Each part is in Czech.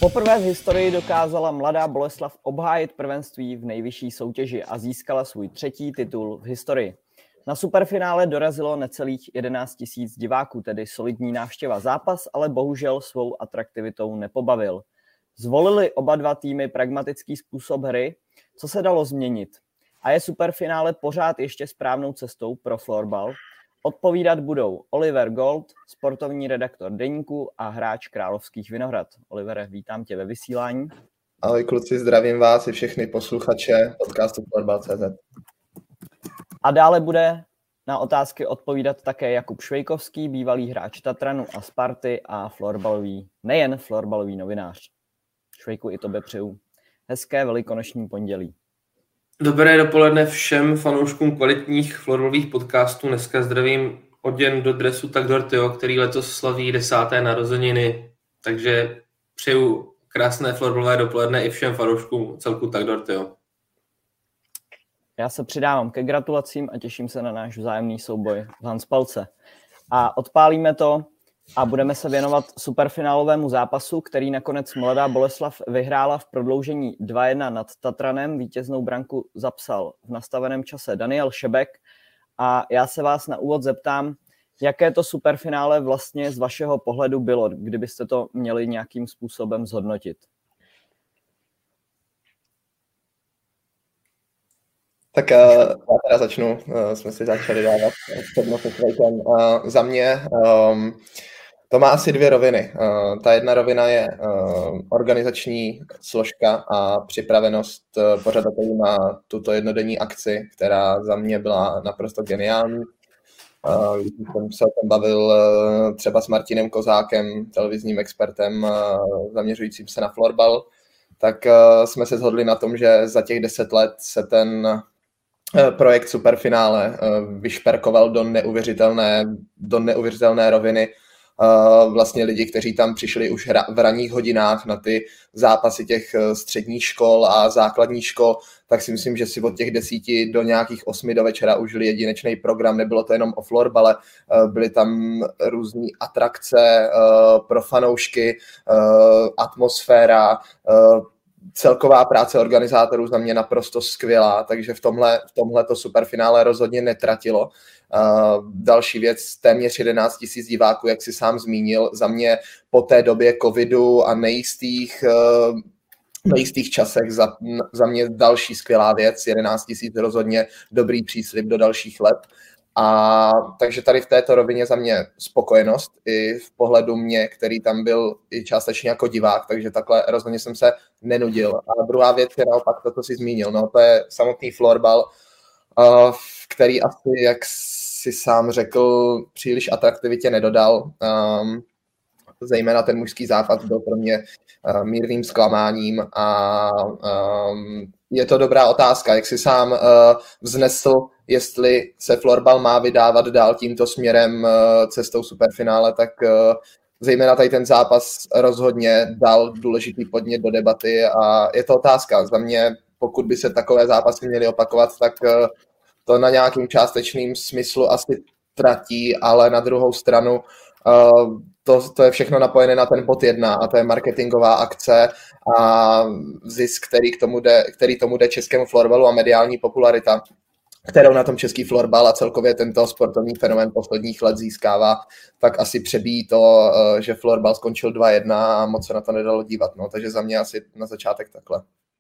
Poprvé v historii dokázala Mladá Boleslav obhájit prvenství v nejvyšší soutěži a získala svůj 3. titul v historii. Na superfinále dorazilo necelých 11 000 diváků, tedy solidní návštěva. Zápas ale bohužel svou atraktivitou nepobavil. Zvolili oba dva týmy pragmatický způsob hry, co se dalo změnit. A je superfinále pořád ještě správnou cestou pro florbal? Odpovídat budou Oliver Gold, sportovní redaktor Deníku a hráč Královských Vinohrad. Olivere, vítám tě ve vysílání. Ahoj kluci, zdravím vás i všechny posluchače podcastu Florbal.cz. A dále bude na otázky odpovídat také Jakub Švejkovský, bývalý hráč Tatranu a Sparty a nejen florbalový novinář. Švejku, i tobě přeju hezké velikonoční pondělí. Dobré dopoledne všem fanouškům kvalitních florbalových podcastů. Dneska zdravím oděn do dresu Tak Dortio, který letos slaví 10. narozeniny. Takže přeju krásné florbalové dopoledne i všem fanouškům celku Tak Dortio. Já se přidávám ke gratulacím a těším se na náš vzájemný souboj v Hanspalce. A odpálíme to a budeme se věnovat superfinálovému zápasu, který nakonec Mladá Boleslav vyhrála v prodloužení 2-1 nad Tatranem. Vítěznou branku zapsal v nastaveném čase Daniel Šebek. A já se vás na úvod zeptám, jaké to superfinále vlastně z vašeho pohledu bylo, kdybyste to měli nějakým způsobem zhodnotit? Tak já teda začnu, jsme si začali dávat přednost. Za mě to má asi 2 roviny. Ta jedna rovina je organizační složka a připravenost pořadatelů na tuto jednodenní akci, která za mě byla naprosto geniální. Když jsem se o tom bavil třeba s Martinem Kozákem, televizním expertem zaměřujícím se na florbal, tak jsme se shodli na tom, že za těch 10 let se ten projekt superfinále vyšperkoval do neuvěřitelné roviny. Vlastně lidi, kteří tam přišli už v ranních hodinách na ty zápasy těch středních škol a základních škol, tak si myslím, že si od těch 10 do nějakých 8 do večera užili jedinečný program. Nebylo to jenom o florbale, byly tam různé atrakce pro fanoušky, atmosféra, celková práce organizátorů za mě naprosto skvělá, takže v tomhle to superfinále rozhodně netratilo. Další věc, téměř 11 000 diváků, jak si sám zmínil, za mě po té době covidu a nejistých časech za mě další skvělá věc, 11 000 rozhodně dobrý příslib do dalších let. A takže tady v této rovině za mě spokojenost i v pohledu mě, který tam byl i částečně jako divák, takže takhle rozhodně jsem se nenudil. A druhá věc je naopak to, co jsi zmínil, no to je samotný florbal, který asi, jak si sám řekl, příliš atraktivitě nedodal. Zejména ten mužský zápas byl pro mě mírným zklamáním a je to dobrá otázka, jak si sám vznesl, jestli se florbal má vydávat dál tímto směrem cestou superfinále, tak zejména tady ten zápas rozhodně dal důležitý podnět do debaty a je to otázka. Za mě, pokud by se takové zápasy měly opakovat, tak to na nějakým částečným smyslu asi tratí, ale na druhou stranu to je všechno napojené na ten bod 1 a to je marketingová akce a zisk, který tomu jde českému florbalu a mediální popularita, kterou na tom český florbal a celkově tento sportovní fenomén posledních let získává, tak asi přebíjí to, že florbal skončil 2-1 a moc se na to nedalo dívat. No, takže za mě asi na začátek takhle.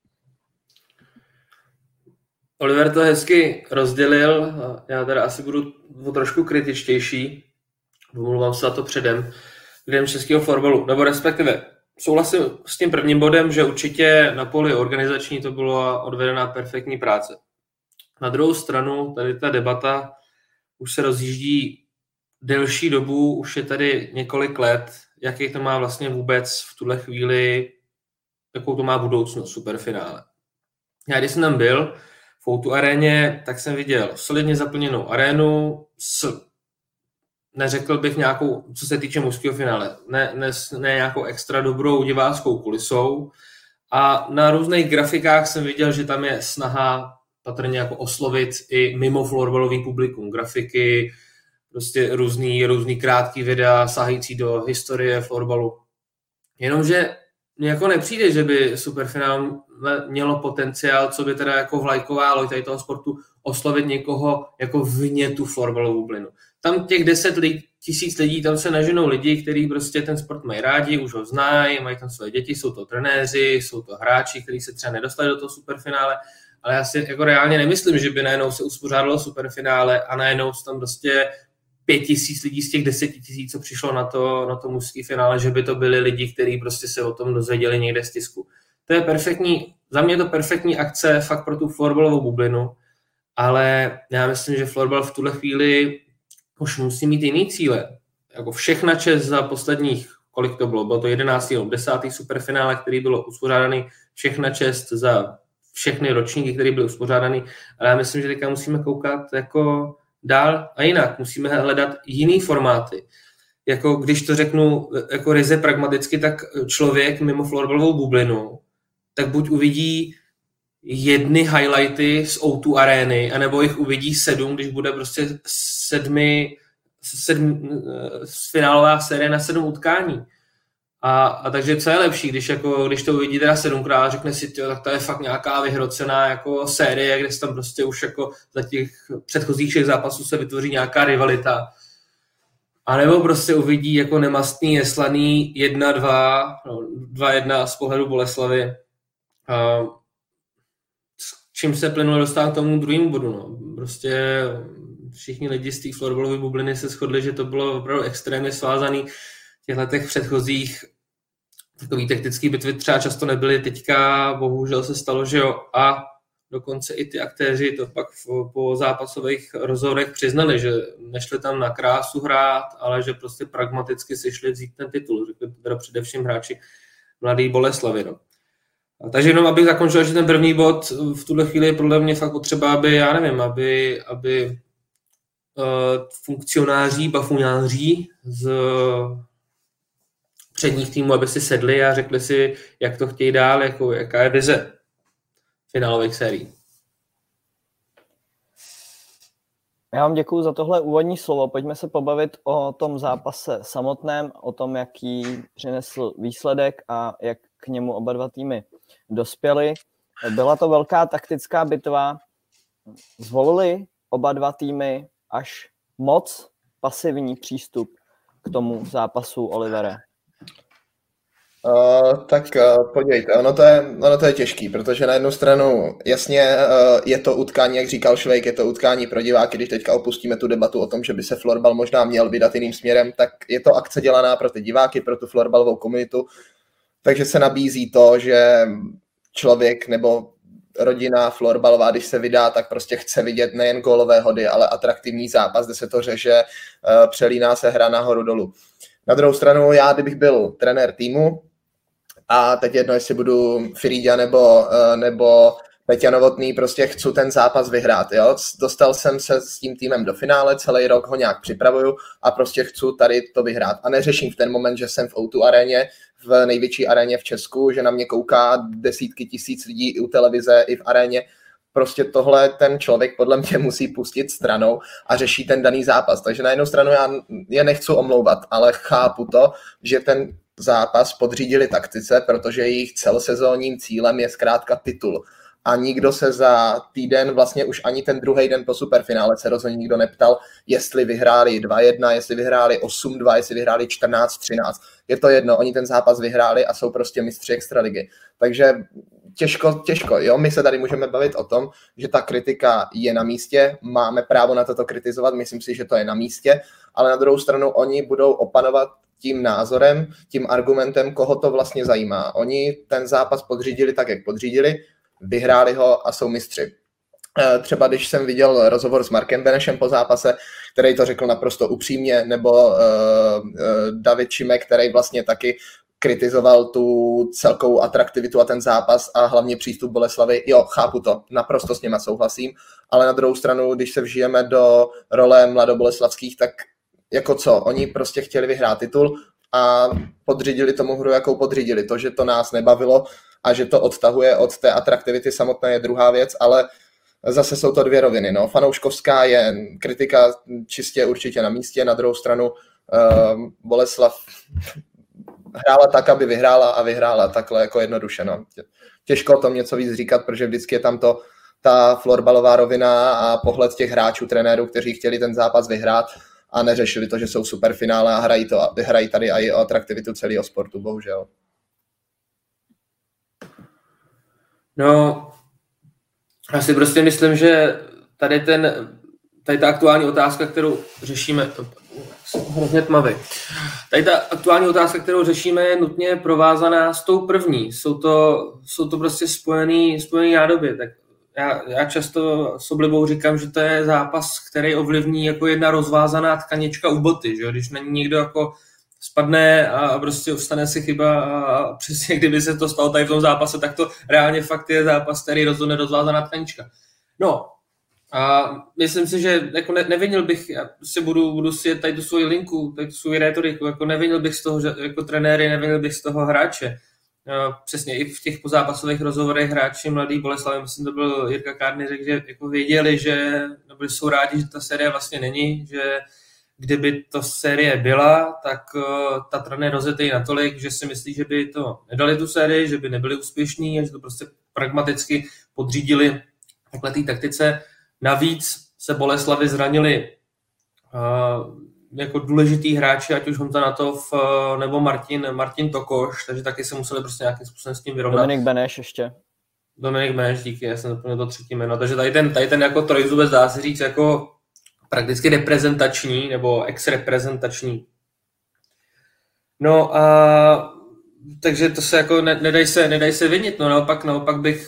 Oliver to hezky rozdělil, já teda asi budu trošku kritičtější, omlouvám se za to předem, lidem českého florbalu, nebo respektive souhlasím s tím prvním bodem, že určitě na poli organizační to byla odvedená perfektní práce. Na druhou stranu, tady ta debata už se rozjíždí delší dobu, už je tady několik let, jaký to má vlastně vůbec v tuhle chvíli, jakou to má budoucnost superfinále. Já když jsem tam byl v O2 aréně, tak jsem viděl solidně zaplněnou arénu neřekl bych nějakou, co se týče mužského finále, ne nějakou extra dobrou diváckou kulisou a na různých grafikách jsem viděl, že tam je snaha patrně jako oslovit i mimo florbalový publikum, grafiky, prostě různý krátký videa sahající do historie florbalu. Jenomže mně jako nepřijde, že by superfinále mělo potenciál, co by teda jako vlajková loď tady toho sportu oslovit někoho jako vně tu florbalovou bublinu. Tam těch 10 tisíc lidí, tam se naženou lidi, kteří prostě ten sport mají rádi, už ho znají, mají tam své děti, jsou to trenéři, jsou to hráči, kteří se třeba nedostali do toho superfinále, ale já si jako reálně nemyslím, že by najednou se uspořádalo superfinále a najednou tam prostě 5 tisíc lidí z těch 10 tisíc, co přišlo na to mužský finále, že by to byli lidi, kteří prostě se o tom dozvěděli někde z tisku. To je perfektní, za mě je to perfektní akce fakt pro tu florbalovou bublinu, ale já myslím, že florbal v tuhle chvíli už musí mít jiný cíle. Jako všechna čest za posledních, kolik to bylo to 11. nebo 10. superfinále, který bylo uspořádaný, všechna čest za všechny ročníky, které byly uspořádány, ale já myslím, že teďka musíme koukat jako dál a jinak. Musíme hledat jiný formáty. Jako když to řeknu jako ryze pragmaticky, tak člověk mimo florbalovou bublinu, tak buď uvidí jedny highlighty z O2 arény, anebo jich uvidí 7, když bude prostě finálová série na 7 utkání. A takže co je lepší, když to uvidí teda 7krát a řekne si, tak to je fakt nějaká vyhrocená jako série, kde se tam prostě už jako za těch předchozích 6 zápasů se vytvoří nějaká rivalita. A nebo prostě uvidí jako nemastný, neslaný 1-2, 2-1 z pohledu Boleslavy. Čím se plynule dostávám k tomu druhému bodu. No. Prostě všichni lidi z té florbalové bubliny se shodli, že to bylo opravdu extrémně svázaný. V těch letech předchozích takový taktický bitvy třeba často nebyly. Teďka bohužel se stalo, že jo. A dokonce i ty aktéři to pak po zápasových rozhovorech přiznali, že nešli tam na krásu hrát, ale že prostě pragmaticky si šli vzít ten titul. Řekli teda především hráči mladý Boleslavy. No. Takže jenom abych zakončil, že ten první bod v tuhle chvíli je podle mě fakt potřeba, aby funkcionáři, bafuňáři z předních týmů, aby si sedli a řekli si, jak to chtějí dál, jako, jaká je vize finálových sérií. Já vám děkuju za tohle úvodní slovo. Pojďme se pobavit o tom zápase samotném, o tom, jaký přinesl výsledek a jak k němu oba dva týmy dospěli. Byla to velká taktická bitva. Zvolili oba dva týmy až moc pasivní přístup k tomu zápasu, Olivere? Podívejte, ono to je těžký, protože na jednu stranu jasně je to utkání, jak říkal Švejk, je to utkání pro diváky, když teďka opustíme tu debatu o tom, že by se florbal možná měl vydat jiným směrem, tak je to akce dělaná pro ty diváky, pro tu florbalovou komunitu, takže se nabízí to, že člověk nebo rodina florbalová, když se vydá, tak prostě chce vidět nejen gólové hody, ale atraktivní zápas, kde se to řeže, přelíná se hra nahoru dolů. Na druhou stranu, já kdybych byl trenér týmu, a teď jedno, jestli budu Firida nebo Peťa Novotný, prostě chci ten zápas vyhrát. Jo? Dostal jsem se s tím týmem do finále, celý rok ho nějak připravuju a prostě chci tady to vyhrát. A neřeším v ten moment, že jsem v O2 aréně, v největší aréně v Česku, že na mě kouká desítky tisíc lidí i u televize, i v aréně. Prostě tohle ten člověk podle mě musí pustit stranou a řeší ten daný zápas. Takže na jednu stranu já je nechci omlouvat, ale chápu to, že ten zápas podřídili taktice, protože jejich celosezónním cílem je zkrátka titul. A nikdo se za týden, vlastně už ani ten druhý den po superfinále se rozhodně nikdo neptal, jestli vyhráli 2-1, jestli vyhráli 8-2, jestli vyhráli 14-13. Je to jedno, oni ten zápas vyhráli a jsou prostě mistři extraligy. Takže těžko, jo, my se tady můžeme bavit o tom, že ta kritika je na místě, máme právo na toto kritizovat, myslím si, že to je na místě, ale na druhou stranu oni budou opanovat tím názorem, tím argumentem, koho to vlastně zajímá. Oni ten zápas podřídili tak, jak podřídili, vyhráli ho a jsou mistři. Třeba když jsem viděl rozhovor s Markem Benešem po zápase, který to řekl naprosto upřímně, nebo David Šimek, který vlastně taky kritizoval tu celkovou atraktivitu a ten zápas a hlavně přístup Boleslavy. Jo, chápu to, naprosto s něma souhlasím, ale na druhou stranu, když se vžijeme do role mladoboleslavských, tak jako co? Oni prostě chtěli vyhrát titul a podřídili tomu hru, jakou podřídili. To, že to nás nebavilo a že to odtahuje od té atraktivity samotné, je druhá věc, ale zase jsou to dvě roviny. No. Fanouškovská je kritika čistě určitě na místě, na druhou stranu Boleslav hrála tak, aby vyhrála a vyhrála takhle jako jednoduše. No. Těžko o tom něco víc říkat, protože vždycky je tam ta florbalová rovina a pohled těch hráčů, trenérů, kteří chtěli ten zápas vyhrát a neřešili to, že jsou superfinále a hrají tady i o atraktivitu celého sportu, bohužel. No, já si prostě myslím, že tady ta aktuální otázka, kterou řešíme, hrozně tmavý. Tady ta aktuální otázka, kterou řešíme, je nutně provázaná s tou první. Jsou to prostě spojený nádoby. Tak já často s oblibou říkám, že to je zápas, který ovlivní jako jedna rozvázaná tkanička u boty. Že? Když na ní někdo jako spadne a prostě stane si chyba a přesně kdyby se to stalo tady v tom zápase, tak to reálně fakt je zápas, který rozhodne rozvázaná tkanička. No, a myslím si, že jako nevinil bych, já prostě budu si jet tady tu svoji linku, tady tu svoji rétoriku, jako nevinil bych z toho, že jako trenéry, nevinil bych z toho hráče. Přesně i v těch pozápasových rozhovorech hráči mladý Boleslavy, myslím, to byl Jirka Kárny, řekl, že jako věděli, že nebo jsou rádi, že ta série vlastně není, že kdyby to série byla, tak Tatran je rozjetý natolik, že si myslí, že by to nedali tu sérii, že by nebyli úspěšní a že to prostě pragmaticky podřídili takhle té taktice. Navíc se Boleslavy zranili jako důležitý hráči, ať už Honza Natov nebo Martin Tokoš, takže taky se museli prostě nějakým způsobem s tím vyrovnat. Dominik Beneš ještě. Dominik Beneš, díky, já jsem doplnil to třetí jméno. Takže tady ten jako trojzubec dá se říct jako prakticky reprezentační nebo ex-reprezentační. No a takže to se jako nedaj se vinit, no naopak bych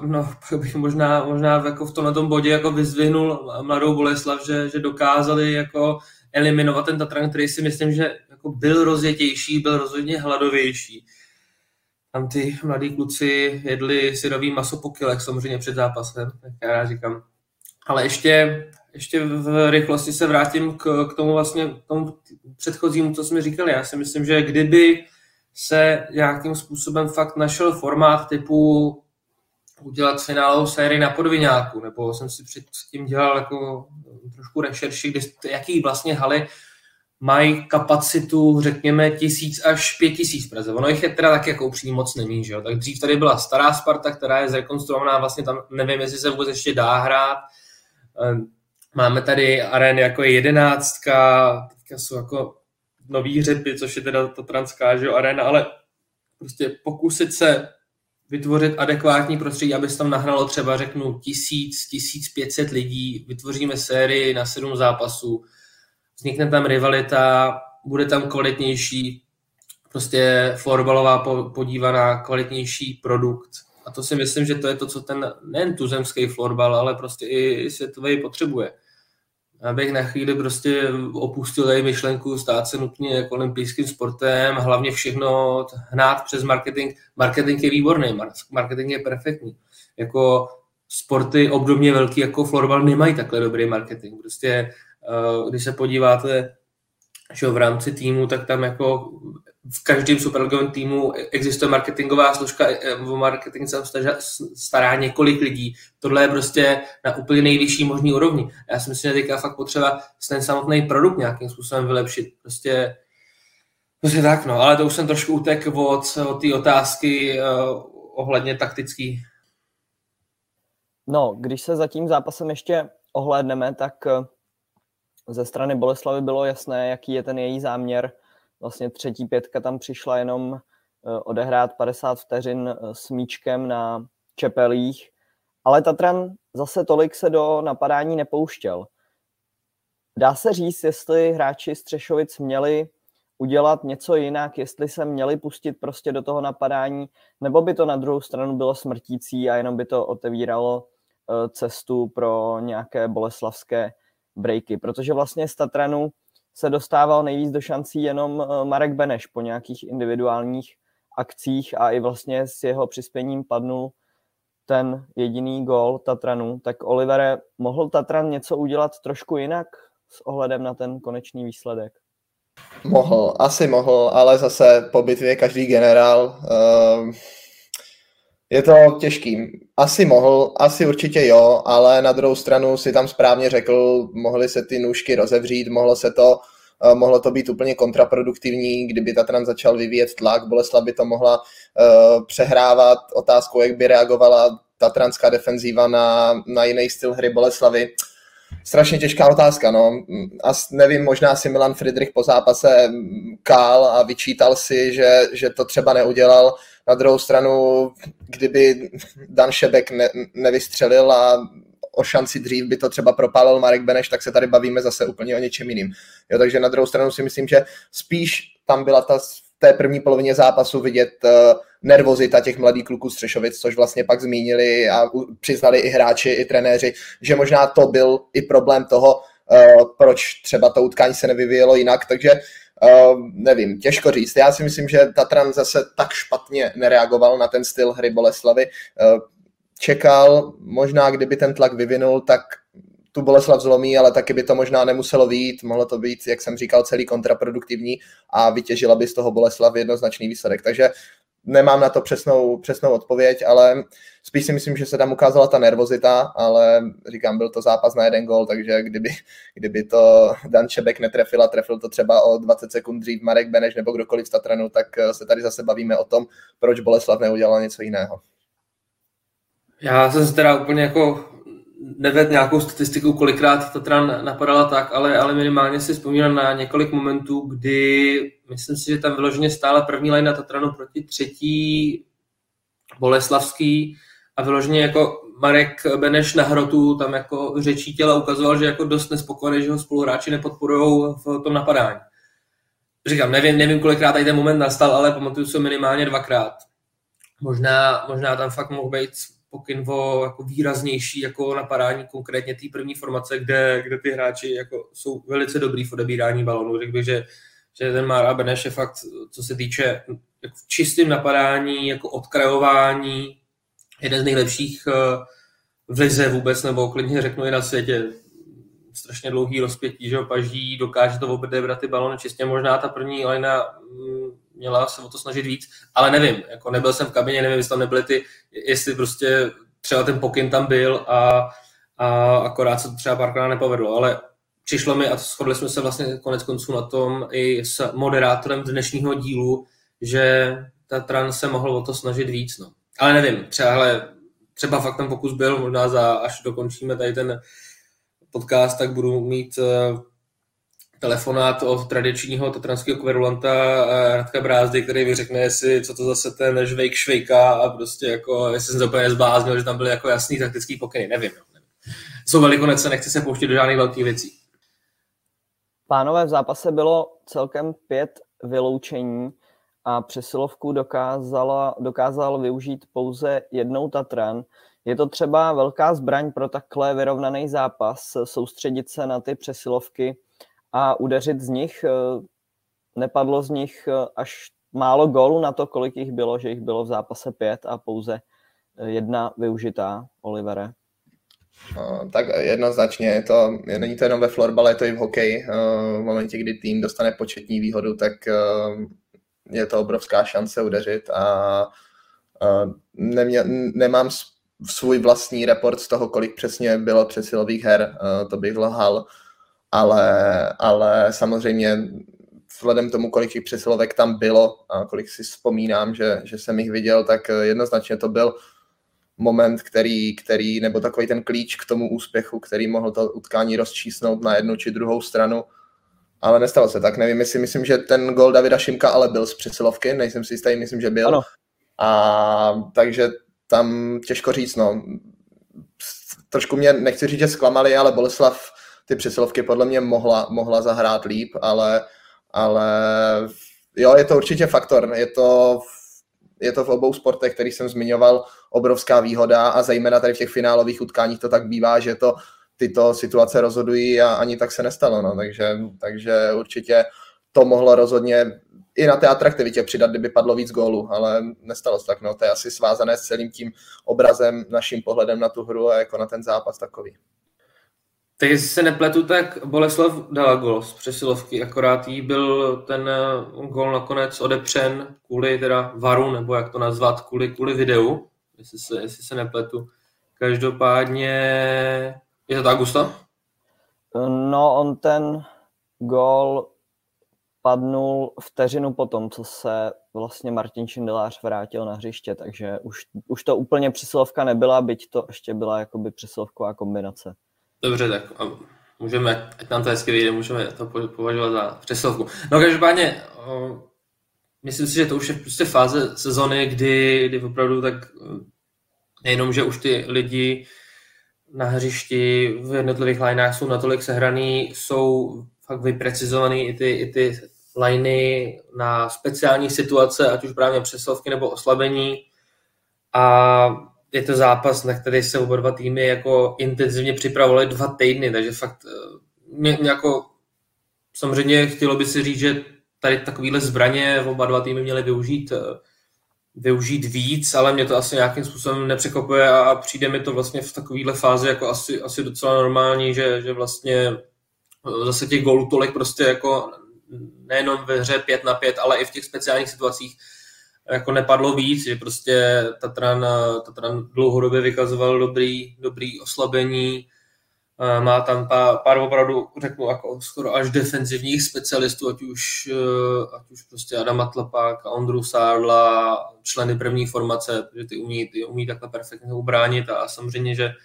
možná jako v tomhle bodě jako vyzdvihnul mladou Boleslav, že dokázali jako eliminovat ten Tatran, který si myslím, že jako byl rozjetější, byl rozhodně hladovější. Tam ty mladí kluci jedli syrový maso po kilech samozřejmě před zápasem, tak já říkám. Ale ještě v rychlosti se vrátím k tomu vlastně tomu předchozímu, co jsme říkali. Já si myslím, že kdyby se nějakým způsobem fakt našel formát typu udělat finálovou sérii na podviňáku, nebo jsem si předtím dělal jako trošku rešerši, jaký vlastně haly mají kapacitu, řekněme, 1000 až 5000 v Praze. Ono jich je teda tak jako upřímně moc není, že jo? Tak dřív tady byla stará Sparta, která je zrekonstruovaná, vlastně tam nevím, jestli se vůbec ještě dá hrát. Máme tady arény jako je 11, teďka jsou jako nový Hřeby, což je teda Tatranská, že jo, arena, ale prostě pokusit se vytvořit adekvátní prostředí, aby se tam nahralo třeba, řeknu, 1000-1500 lidí, vytvoříme sérii na 7 zápasů, vznikne tam rivalita, bude tam kvalitnější, prostě florbalová podívaná, kvalitnější produkt. A to si myslím, že to je to, co ten nejen tuzemský florbal, ale prostě i světový potřebuje. Abych na chvíli prostě opustil tady myšlenku stát se nutně jako olympijským sportem, hlavně všechno hnát přes marketing. Marketing je výborný, marketing je perfektní. Jako sporty obdobně velký jako florbal nemají takhle dobrý marketing. Prostě když se podíváte, že v rámci týmu, tak tam jako v každém superligovém týmu existuje marketingová složka, o marketing se stará několik lidí. Tohle je prostě na úplně nejvyšší možný úrovni. Já si myslím, že teďka fakt potřeba ten samotný produkt nějakým způsobem vylepšit. Prostě tak, no, ale to už jsem trošku utek od té otázky ohledně taktický. No, když se za tím zápasem ještě ohlédneme, tak ze strany Boleslavy bylo jasné, jaký je ten její záměr. Vlastně třetí pětka tam přišla jenom odehrát 50 vteřin s míčkem na čepelích, ale Tatran zase tolik se do napadání nepouštěl. Dá se říct, jestli hráči Střešovic měli udělat něco jinak, jestli se měli pustit prostě do toho napadání, nebo by to na druhou stranu bylo smrtící a jenom by to otevíralo cestu pro nějaké boleslavské breaky, protože vlastně z Tatranu se dostával nejvíc do šancí jenom Marek Beneš po nějakých individuálních akcích a i vlastně s jeho přispěním padnul ten jediný gól Tatranu. Tak Olivere, mohl Tatran něco udělat trošku jinak s ohledem na ten konečný výsledek? Asi mohl, ale zase po bitvě každý generál. Je to těžký. Asi mohl, asi určitě jo, ale na druhou stranu si tam správně řekl, mohly se ty nůžky rozevřít, mohlo se to mohlo to být úplně kontraproduktivní, kdyby Tatran začal vyvíjet tlak, Boleslav by to mohla přehrávat. Otázkou, jak by reagovala tatranská defenzíva na jiný styl hry Boleslavy. Strašně těžká otázka, no. A nevím, možná si Milan Friedrich po zápase kál a vyčítal si, že to třeba neudělal. Na druhou stranu, kdyby Dan Šebek nevystřelil a o šanci dřív by to třeba propálil Marek Beneš, tak se tady bavíme zase úplně o něčem jiným. Jo, takže na druhou stranu si myslím, že spíš tam byla v té první polovině zápasu vidět nervozita těch mladých kluků z Třešovic, což vlastně pak zmínili a přiznali i hráči, i trenéři, že možná to byl i problém toho, proč třeba to utkání se nevyvíjelo jinak, takže nevím, těžko říct. Já si myslím, že Tatran zase tak špatně nereagoval na ten styl hry Boleslavy. Čekal, možná kdyby ten tlak vyvinul, tak tu Boleslav zlomí, ale taky by to možná nemuselo vyjít, mohlo to být, jak jsem říkal, celý kontraproduktivní a vytěžila by z toho Boleslav jednoznačný výsledek. Takže nemám na to přesnou odpověď, ale spíš si myslím, že se tam ukázala ta nervozita, ale říkám, byl to zápas na 1 gól, takže kdyby to Dan Čebek netrefil a trefil to třeba o 20 sekund dřív Marek Beneš nebo kdokoliv z Tatranu, tak se tady zase bavíme o tom, proč Boleslav neudělal něco jiného. Já jsem se teda úplně jako nevedl nějakou statistiku, kolikrát Tatran napadala tak, ale minimálně si vzpomínám na několik momentů, kdy myslím si, že tam vyloženě stála první line na Tatranu proti třetí boleslavský a vyloženě jako Marek Beneš na hrotu tam jako řečí těla ukazoval, že jako dost nespokojený, že ho spoluhráči nepodporujou v tom napadání. Říkám, nevím, kolikrát tady ten moment nastal, ale pamatuju se minimálně 2krát. Možná tam fakt mohl být pokyn o jako výraznější jako napadání, konkrétně té první formace, kde ty hráči jako jsou velice dobrý v odebírání balonu. Řekl bych, že ten Mára Beneš je fakt, co se týče jako v čistém napadání, jako odkrajování, jeden z nejlepších v lize vůbec, nebo klidně řeknu i na světě. Strašně dlouhý rozpětí, že ho paží, dokáže to odebrat ty balony čistě. Možná ta první lajna měla se o to snažit víc, ale nevím, jako nebyl jsem v kabině, nevím, jestli tam nebyly jestli prostě třeba ten pokyn tam byl a akorát se to třeba párkrát nepovedlo, ale přišlo mi a shodli jsme se vlastně konec konců na tom i s moderátorem dnešního dílu, že Tatran se mohl o to snažit víc, no. Ale nevím, třeba fakt ten pokus byl, možná až dokončíme tady ten podcast, tak budu mít telefonát od tradičního tatranského kverulanta Radka Brázdy, který mi řekne, co to zase ten žvejk švejka a prostě jako, jestli jsem to úplně zbláznil, že tam byly jako jasný taktický pokyny, nevím. Jsou Velikonoce, nechci se pouštět do žádných velkých věcí. Pánové, v zápase bylo celkem 5 vyloučení a přesilovku dokázal využít pouze jednou Tatran. Je to třeba velká zbraň pro takhle vyrovnaný zápas, soustředit se na ty přesilovky a udeřit z nich. Nepadlo z nich až málo gólů na to, kolik jich bylo, že jich bylo v zápase 5 a pouze 1 využitá, Olivere. Tak jednoznačně, není to jenom ve florbale, je to i v hokeji. V momentě, kdy tým dostane početní výhodu, tak je to obrovská šance udeřit a nemám svůj vlastní report z toho, kolik přesně bylo přesilových her, to bych lhal, ale samozřejmě vzhledem tomu, kolik těch přesilovek tam bylo a kolik si vzpomínám, že jsem jich viděl, tak jednoznačně to byl moment, který nebo takový ten klíč k tomu úspěchu, který mohl to utkání rozčísnout na jednu či druhou stranu, ale nestalo se tak. Nevím, myslím, že ten gól Davida Šimka ale byl z přesilovky, nejsem si jistý, myslím, že byl. Ano. A takže tam těžko říct, no. Trošku mě, nechci říct, že zklamali, ale Boleslav ty přesilovky podle mě mohla zahrát líp, ale jo, je to určitě faktor. Je to v obou sportech, který jsem zmiňoval, obrovská výhoda a zejména tady v těch finálových utkáních to tak bývá, že tyto situace rozhodují a ani tak se nestalo. No. Takže určitě to mohlo rozhodně i na té atraktivitě přidat, kdyby padlo víc gólů, ale nestalo se tak. No. To je asi svázané s celým tím obrazem, naším pohledem na tu hru a jako na ten zápas takový. Tak jestli se nepletu, tak Boleslav dala gól z přesilovky, akorát jí byl ten gól nakonec odepřen kvůli teda varu, nebo jak to nazvat, kvůli videu, jestli se nepletu. Každopádně, je to tak, Gustav? No, on ten gól padnul vteřinu po tom, co se vlastně Martin Šindelář vrátil na hřiště, takže už to úplně přesilovka nebyla, byť to ještě byla jakoby přesilovková kombinace. Dobře, tak můžeme, ať nám to hezky vyjde, můžeme to považovat za přesilovku. No každopádně, myslím si, že to už je prostě fáze sezony, kdy opravdu tak nejenom, že už ty lidi na hřišti v jednotlivých lineách jsou natolik sehraný, jsou fakt vyprecizovaný i ty liney na speciální situace, ať už právě přesilovky nebo oslabení. A je to zápas, na který se oba dva týmy jako intenzivně připravovaly 2 týdny, takže fakt mě jako samozřejmě chtělo by si říct, že tady takovýhle zbraně oba dva týmy měly využít víc, ale mě to asi nějakým způsobem nepřekvapuje a přijde mi to vlastně v takovýhle fázi jako asi docela normální, že vlastně zase těch gólů tolik prostě jako nejenom ve hře 5-5, ale i v těch speciálních situacích jako nepadlo víc, že prostě Tatran dlouhodobě vykazoval dobrý oslabení, má tam pár opravdu, řeknu, jako skoro až defenzivních specialistů, ať už prostě Adama Tlepák a Ondru Sárla, členy první formace, že ty umí takhle perfektně ubránit a samozřejmě, že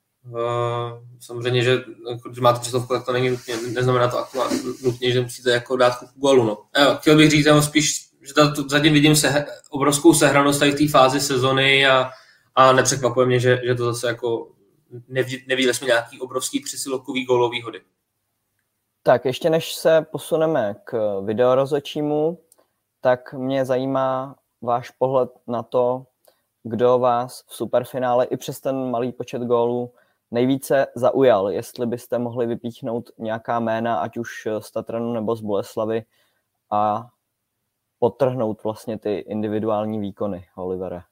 když máte přesilovku, tak to neznamená to nutně, že musíte jako dát kupu gólu. No. Chtěl bych říct, spíš, že zatím vidím obrovskou sehranost tady v té fázi sezony a nepřekvapuje mě, že to zase jako neviděli jsme nějaký obrovský přesilovkový gólový hody. Tak ještě než se posuneme k videorozhodčímu, tak mě zajímá váš pohled na to, kdo vás v superfinále i přes ten malý počet gólů nejvíce zaujal. Jestli byste mohli vypíchnout nějaká jména, ať už z Tatranu nebo z Boleslavy a podtrhnout vlastně ty individuální výkony, Olivere.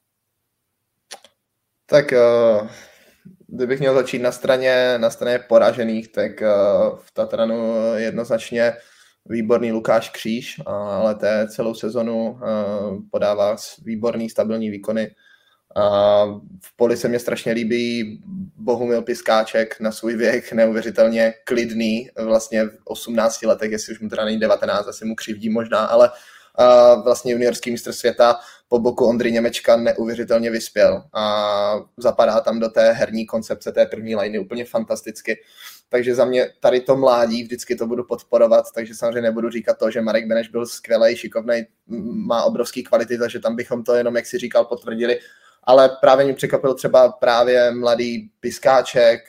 Tak kdybych měl začít na straně poražených, tak v Tatranu jednoznačně výborný Lukáš Kříž, ale té celou sezonu podává výborný stabilní výkony. V poli se mě strašně líbí Bohumil Piskáček, na svůj věk neuvěřitelně klidný, vlastně v 18 letech, jestli už mu teda není 19, asi mu křivdí možná, ale vlastně juniorský mistr světa po boku Ondry Němečka neuvěřitelně vyspěl a zapadá tam do té herní koncepce té první liney úplně fantasticky. Takže za mě tady to mládí, vždycky to budu podporovat, takže samozřejmě nebudu říkat to, že Marek Beneš byl skvělej, šikovnej, má obrovský kvality, takže tam bychom to jenom, jak si říkal, potvrdili. Ale právě mě překvapil třeba právě mladý Piskáček,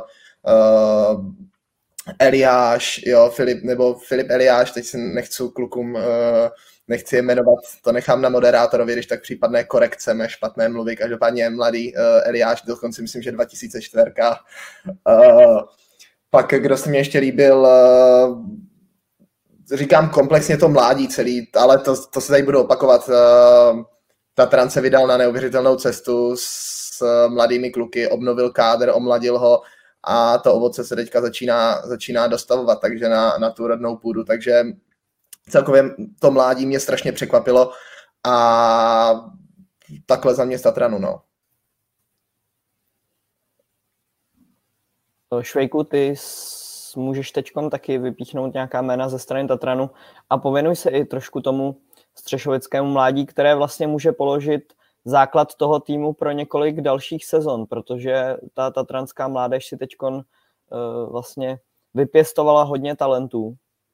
Eliáš, Filip Eliáš, teď si nechci je jmenovat, to nechám na moderátorovi, když tak případné korekce mé špatné mluvy, každopádně mladý Eliáš, dokonce myslím, že 2004. Pak, kdo se mě ještě líbil, říkám komplexně to mládí celý, ale to se tady budu opakovat. Tatran se vydal na neuvěřitelnou cestu s mladými kluky, obnovil kádr, omladil ho a to ovoce se teďka začíná dostavovat, takže na tu rodnou půdu, takže celkově to mládí mě strašně překvapilo a takhle za mě z Tatranu, no. Švejku, ty můžeš teďkom taky vypíchnout nějaká jména ze strany Tatranu a pověnuj se i trošku tomu střešovickému mládí, které vlastně může položit základ toho týmu pro několik dalších sezon, protože ta tatranská mládež si teďkon vlastně vypěstovala hodně talentů.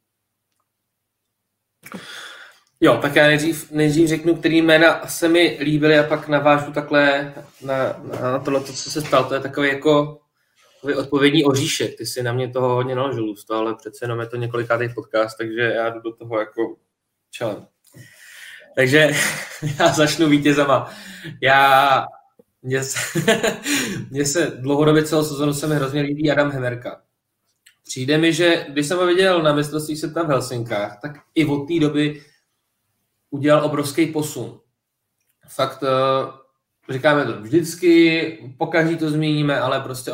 Jo, tak já nejdřív řeknu, který jména se mi líbily a pak navážu takhle na tohle, co se stalo. To je takový jako odpovědní oříšek. Ty si na mě toho hodně naložil, ale přece jenom je to několikátý podcast, takže já jdu do toho jako čelem. Takže já začnu vítězama. Mně se dlouhodobě celou sezonu se mi hrozně líbí Adam Hemerka. Přijde mi, že když jsem ho viděl na mistrovství světa v Helsinkách, tak i od té doby udělal obrovský posun. Fakt říkáme to vždycky, pokaždý to zmíníme, ale prostě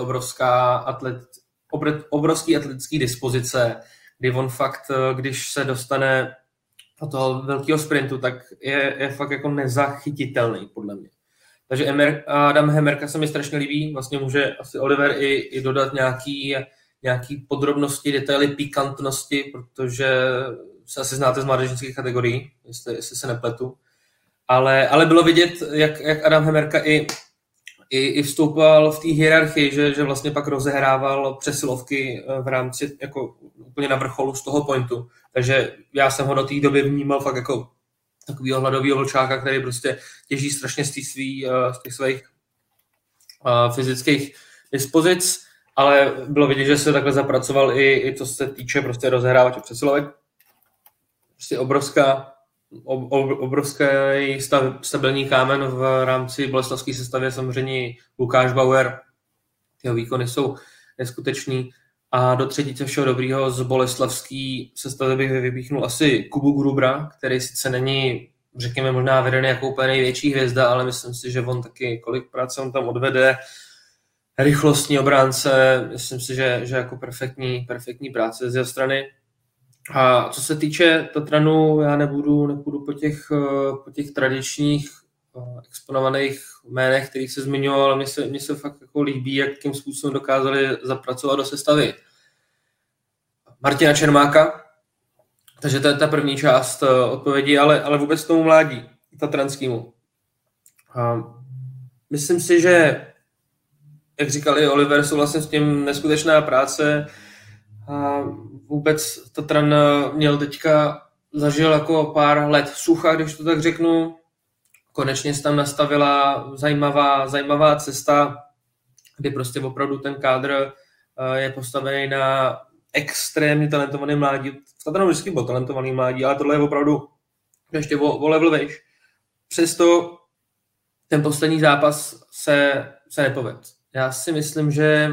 obrovský atletický dispozice, kdy on fakt, když se dostane do toho velkého sprintu, tak je fakt jako nezachytitelný, podle mě. Takže Adam Hemerka se mi strašně líbí, vlastně může asi Oliver i dodat nějaký podrobnosti, detaily, pikantnosti, protože se asi znáte z mládežnických kategorií, jestli se nepletu. Ale bylo vidět, jak Adam Hemerka i vstoupal v té hierarchii, že vlastně pak rozehrával přesilovky v rámci jako úplně na vrcholu z toho pointu. Takže já jsem ho do té doby vnímal fakt jako takovýho hladovýho vlčáka, který prostě těží strašně z těch svých fyzických dispozic, ale bylo vidět, že se takhle zapracoval i co se týče prostě rozehrávače přesilovek. Prostě obrovský stabilní kámen v rámci boleslavské sestavy, samozřejmě Lukáš Bauer, jeho výkony jsou neskutečný. A do třetice všeho dobrýho z boleslavský sestavy bych vypíchnul asi Kubu Grubra, který sice není, řekněme, možná vedený jako úplně největší hvězda, ale myslím si, že on taky, kolik práce on tam odvede, rychlostní obránce, myslím si, že jako perfektní práce z jeho strany. A co se týče Tatranu, já nepůjdu po těch tradičních exponovaných jménech, kterých se zmiňoval, ale mně se fakt jako líbí, jakým způsobem dokázali zapracovat do sestavy Martina Čermáka. Takže to je ta první část odpovědi, ale vůbec tomu mládí tatranskému. Myslím si, že, jak říkal i Oliver, souhlasím s tím, neskutečná práce. A vůbec Tatran zažil jako pár let sucha, když to tak řeknu. Konečně se tam nastavila zajímavá cesta, kdy prostě opravdu ten kádr je postavený na extrémně talentovaný mládí. V Tatranu vždycky byl talentovaný mládí, ale tohle je opravdu ještě o level vejš. Přesto ten poslední zápas se nepovedl. Já si myslím, že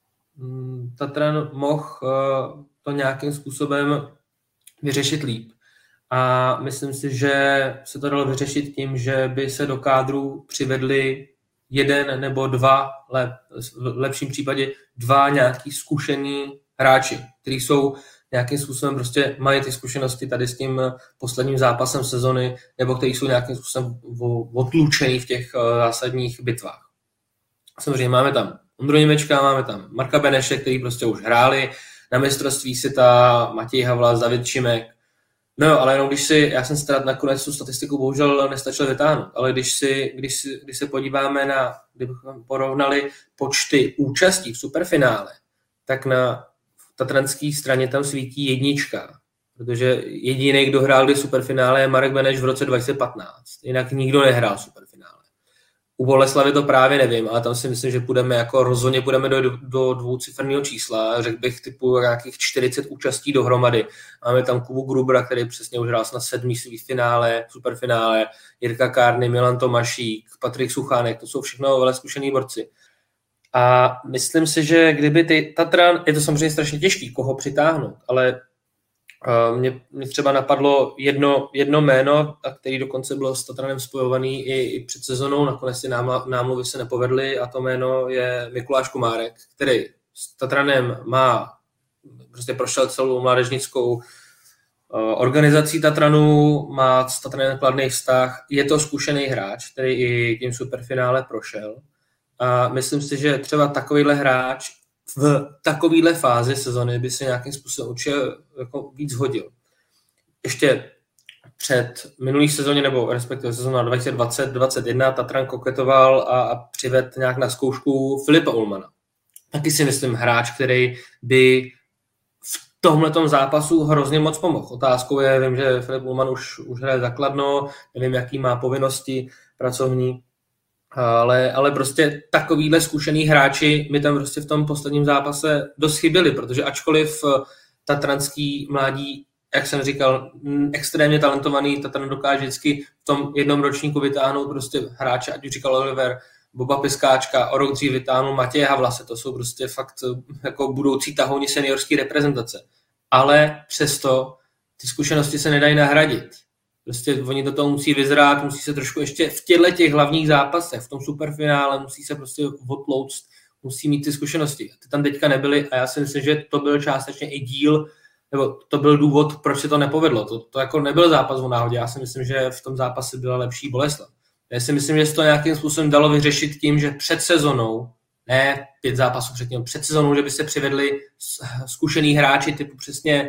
Tatran mohl to nějakým způsobem vyřešit líp. A myslím si, že se to dalo vyřešit tím, že by se do kádru přivedli jeden nebo dva, v lepším případě dva nějaký zkušení hráči, kteří jsou nějakým způsobem prostě mají ty zkušenosti tady s tím posledním zápasem sezony, nebo kteří jsou nějakým způsobem odlučený v těch zásadních bitvách. Samozřejmě máme tam Ondru Němečka, máme tam Marka Beneše, který prostě už hráli na mistrovství světa, Matěj Havlas, David Šimek. No jo, ale jenom já jsem si teda nakonec tu statistiku bohužel nestačil vytáhnout, ale když se podíváme kdybychom porovnali počty účastí v superfinále, tak na tatranské straně tam svítí jednička, protože jediný, kdo hrál kdy superfinále, je Marek Beneš v roce 2015. Jinak nikdo nehrál superfinále. U Boleslavy to právě nevím, ale tam si myslím, že rozhodně půjdeme do dvouciferného čísla. Řekl bych typu nějakých 40 účastí dohromady. Máme tam Kubu Grubra, který přesně už hrál na 7. finále, superfinále, Jirka Kárny, Milan Tomašík, Patrik Suchánek, to jsou všechno velmi zkušený borci. A myslím si, že kdyby Tatran, je to samozřejmě strašně těžký, koho přitáhnout, ale mě třeba napadlo jedno jméno, který dokonce bylo s Tatranem spojovaný i před sezonou, nakonec ty námluvy se nepovedly, a to jméno je Mikuláš Komárek, který s Tatranem prostě prošel celou mládežnickou organizací Tatranu, má s Tatranem kladný vztah, je to zkušený hráč, který i tím superfinále prošel. A myslím si, že třeba takovýhle hráč v takovéhle fázi sezony by se nějakým způsobem určitě jako víc hodil. Ještě před minulý sezóně, nebo respektive sezóna 2020-2021, Tatran koketoval a přivedl nějak na zkoušku Filipa Ullmana. Taky si myslím hráč, který by v tomhletom zápasu hrozně moc pomohl. Otázkou je, vím, že Filip Ullman už hraje za Kladno, nevím, jaký má povinnosti pracovní, ale prostě takovýhle zkušený hráči mi tam prostě v tom posledním zápase dost chyběli, protože ačkoliv tatranský mládí, jak jsem říkal, extrémně talentovaný, Tatran dokáže vždycky v tom jednom ročníku vytáhnout prostě hráče, ať už říkal Oliver, Boba Piskáčka, o rok dřív vytáhnul Matěje Havlase, to jsou prostě fakt jako budoucí tahouni seniorské reprezentace. Ale přesto ty zkušenosti se nedají nahradit. Prostě oni do toho musí vyzrát, musí se trošku ještě v těch hlavních zápasech, v tom superfinále, musí se prostě odtlouct, musí mít ty zkušenosti. Ty tam teďka nebyly a já si myslím, že to byl částečně i díl, nebo to byl důvod, proč se to nepovedlo. To jako nebyl zápas o náhodě, já si myslím, že v tom zápase byla lepší Boleslav. Já si myslím, že se to nějakým způsobem dalo vyřešit tím, že před sezonou, ne 5 zápasů předtím, před sezonou, že by se přivedli zkušený hráči typu přesně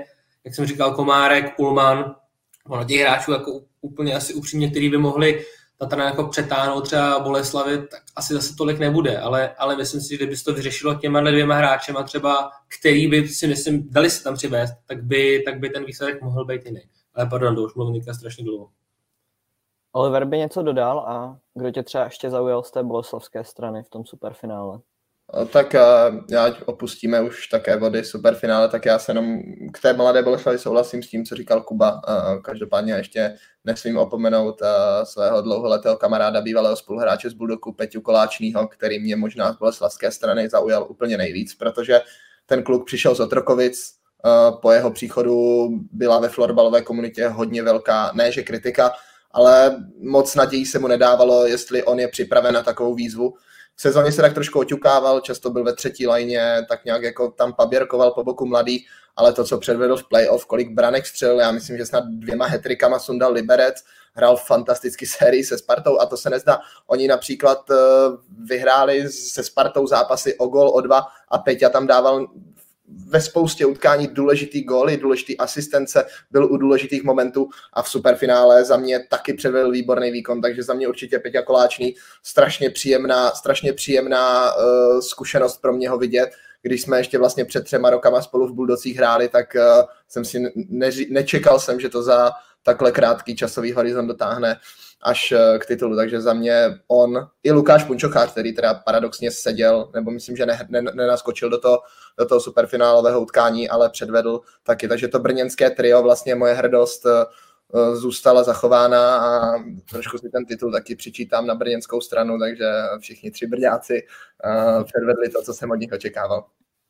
jak jsem říkal, Komárek, Ullmann, ono těch hráčů jako úplně asi upřímně, který by mohli Tatrana jako přetáhnout třeba Boleslavy, tak asi zase tolik nebude, ale myslím si, že kdyby se to vyřešilo těma dvěma hráčema třeba, který by si myslím, dali se tam přivést, tak by ten výsledek mohl být jiný. Ale pardon, to už mluvím strašně dlouho. Oliver by něco dodal a kdo tě třeba ještě zaujal z té boleslavské strany v tom superfinále? Tak já opustíme už také body superfinále, tak já se jenom k té mladé Boleslavi souhlasím s tím, co říkal Kuba. Každopádně ještě nesmím opomenout svého dlouholetého kamaráda, bývalého spoluhráče z Bulldogu Peťu Koláčnýho, který mě možná z boleslavské strany zaujal úplně nejvíc, protože ten kluk přišel z Otrokovic, po jeho příchodu byla ve florbalové komunitě hodně velká, ne že kritika, ale moc nadějí se mu nedávalo, jestli on je připraven na takovou výzvu. V sezóně se tak trošku oťukával, často byl ve třetí lajně, tak nějak jako tam paběrkoval po boku mladý, ale to, co předvedl v playoff, kolik branek střelil, já myslím, že snad 2 hat-trickama sundal Liberec, hrál fantasticky sérii se Spartou a to se nezdá. Oni například vyhráli se Spartou zápasy o gól, o 2 a Peťa tam dával ve spoustě utkání důležitý góly, důležitý asistence, byl u důležitých momentů a v superfinále za mě taky předvedl výborný výkon, takže za mě určitě Peťa Koláčný, strašně příjemná zkušenost pro mě ho vidět. Když jsme ještě vlastně před 3 rokama spolu v Buldocích hráli, tak jsem si nečekal jsem, že to za takhle krátký časový horizont dotáhne až k titulu, takže za mě on i Lukáš Punčochář, který teda paradoxně seděl, nebo myslím, že nenaskočil do toho superfinálového utkání, ale předvedl taky, takže to brněnské trio, vlastně moje hrdost zůstala zachována a trošku si ten titul taky přičítám na brněnskou stranu, takže všichni 3 Brňáci předvedli to, co jsem od nich očekával.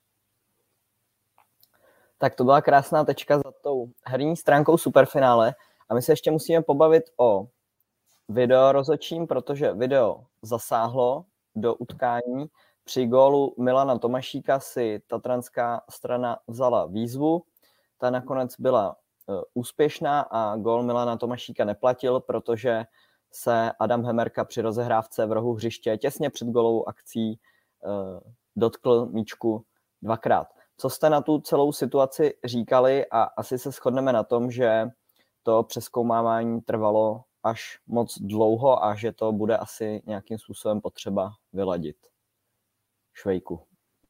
Tak to byla krásná tečka za tou herní stránkou superfinále a my se ještě musíme pobavit o video rozhodčím, protože video zasáhlo do utkání. Při gólu Milana Tomašíka si tatranská strana vzala výzvu. Ta nakonec byla úspěšná a gól Milana Tomašíka neplatil, protože se Adam Hemerka při rozehrávce v rohu hřiště těsně před gólovou akcí dotkl míčku 2krát. Co jste na tu celou situaci říkali a asi se shodneme na tom, že to přezkoumávání trvalo až moc dlouho a že to bude asi nějakým způsobem potřeba vyladit. Švejku.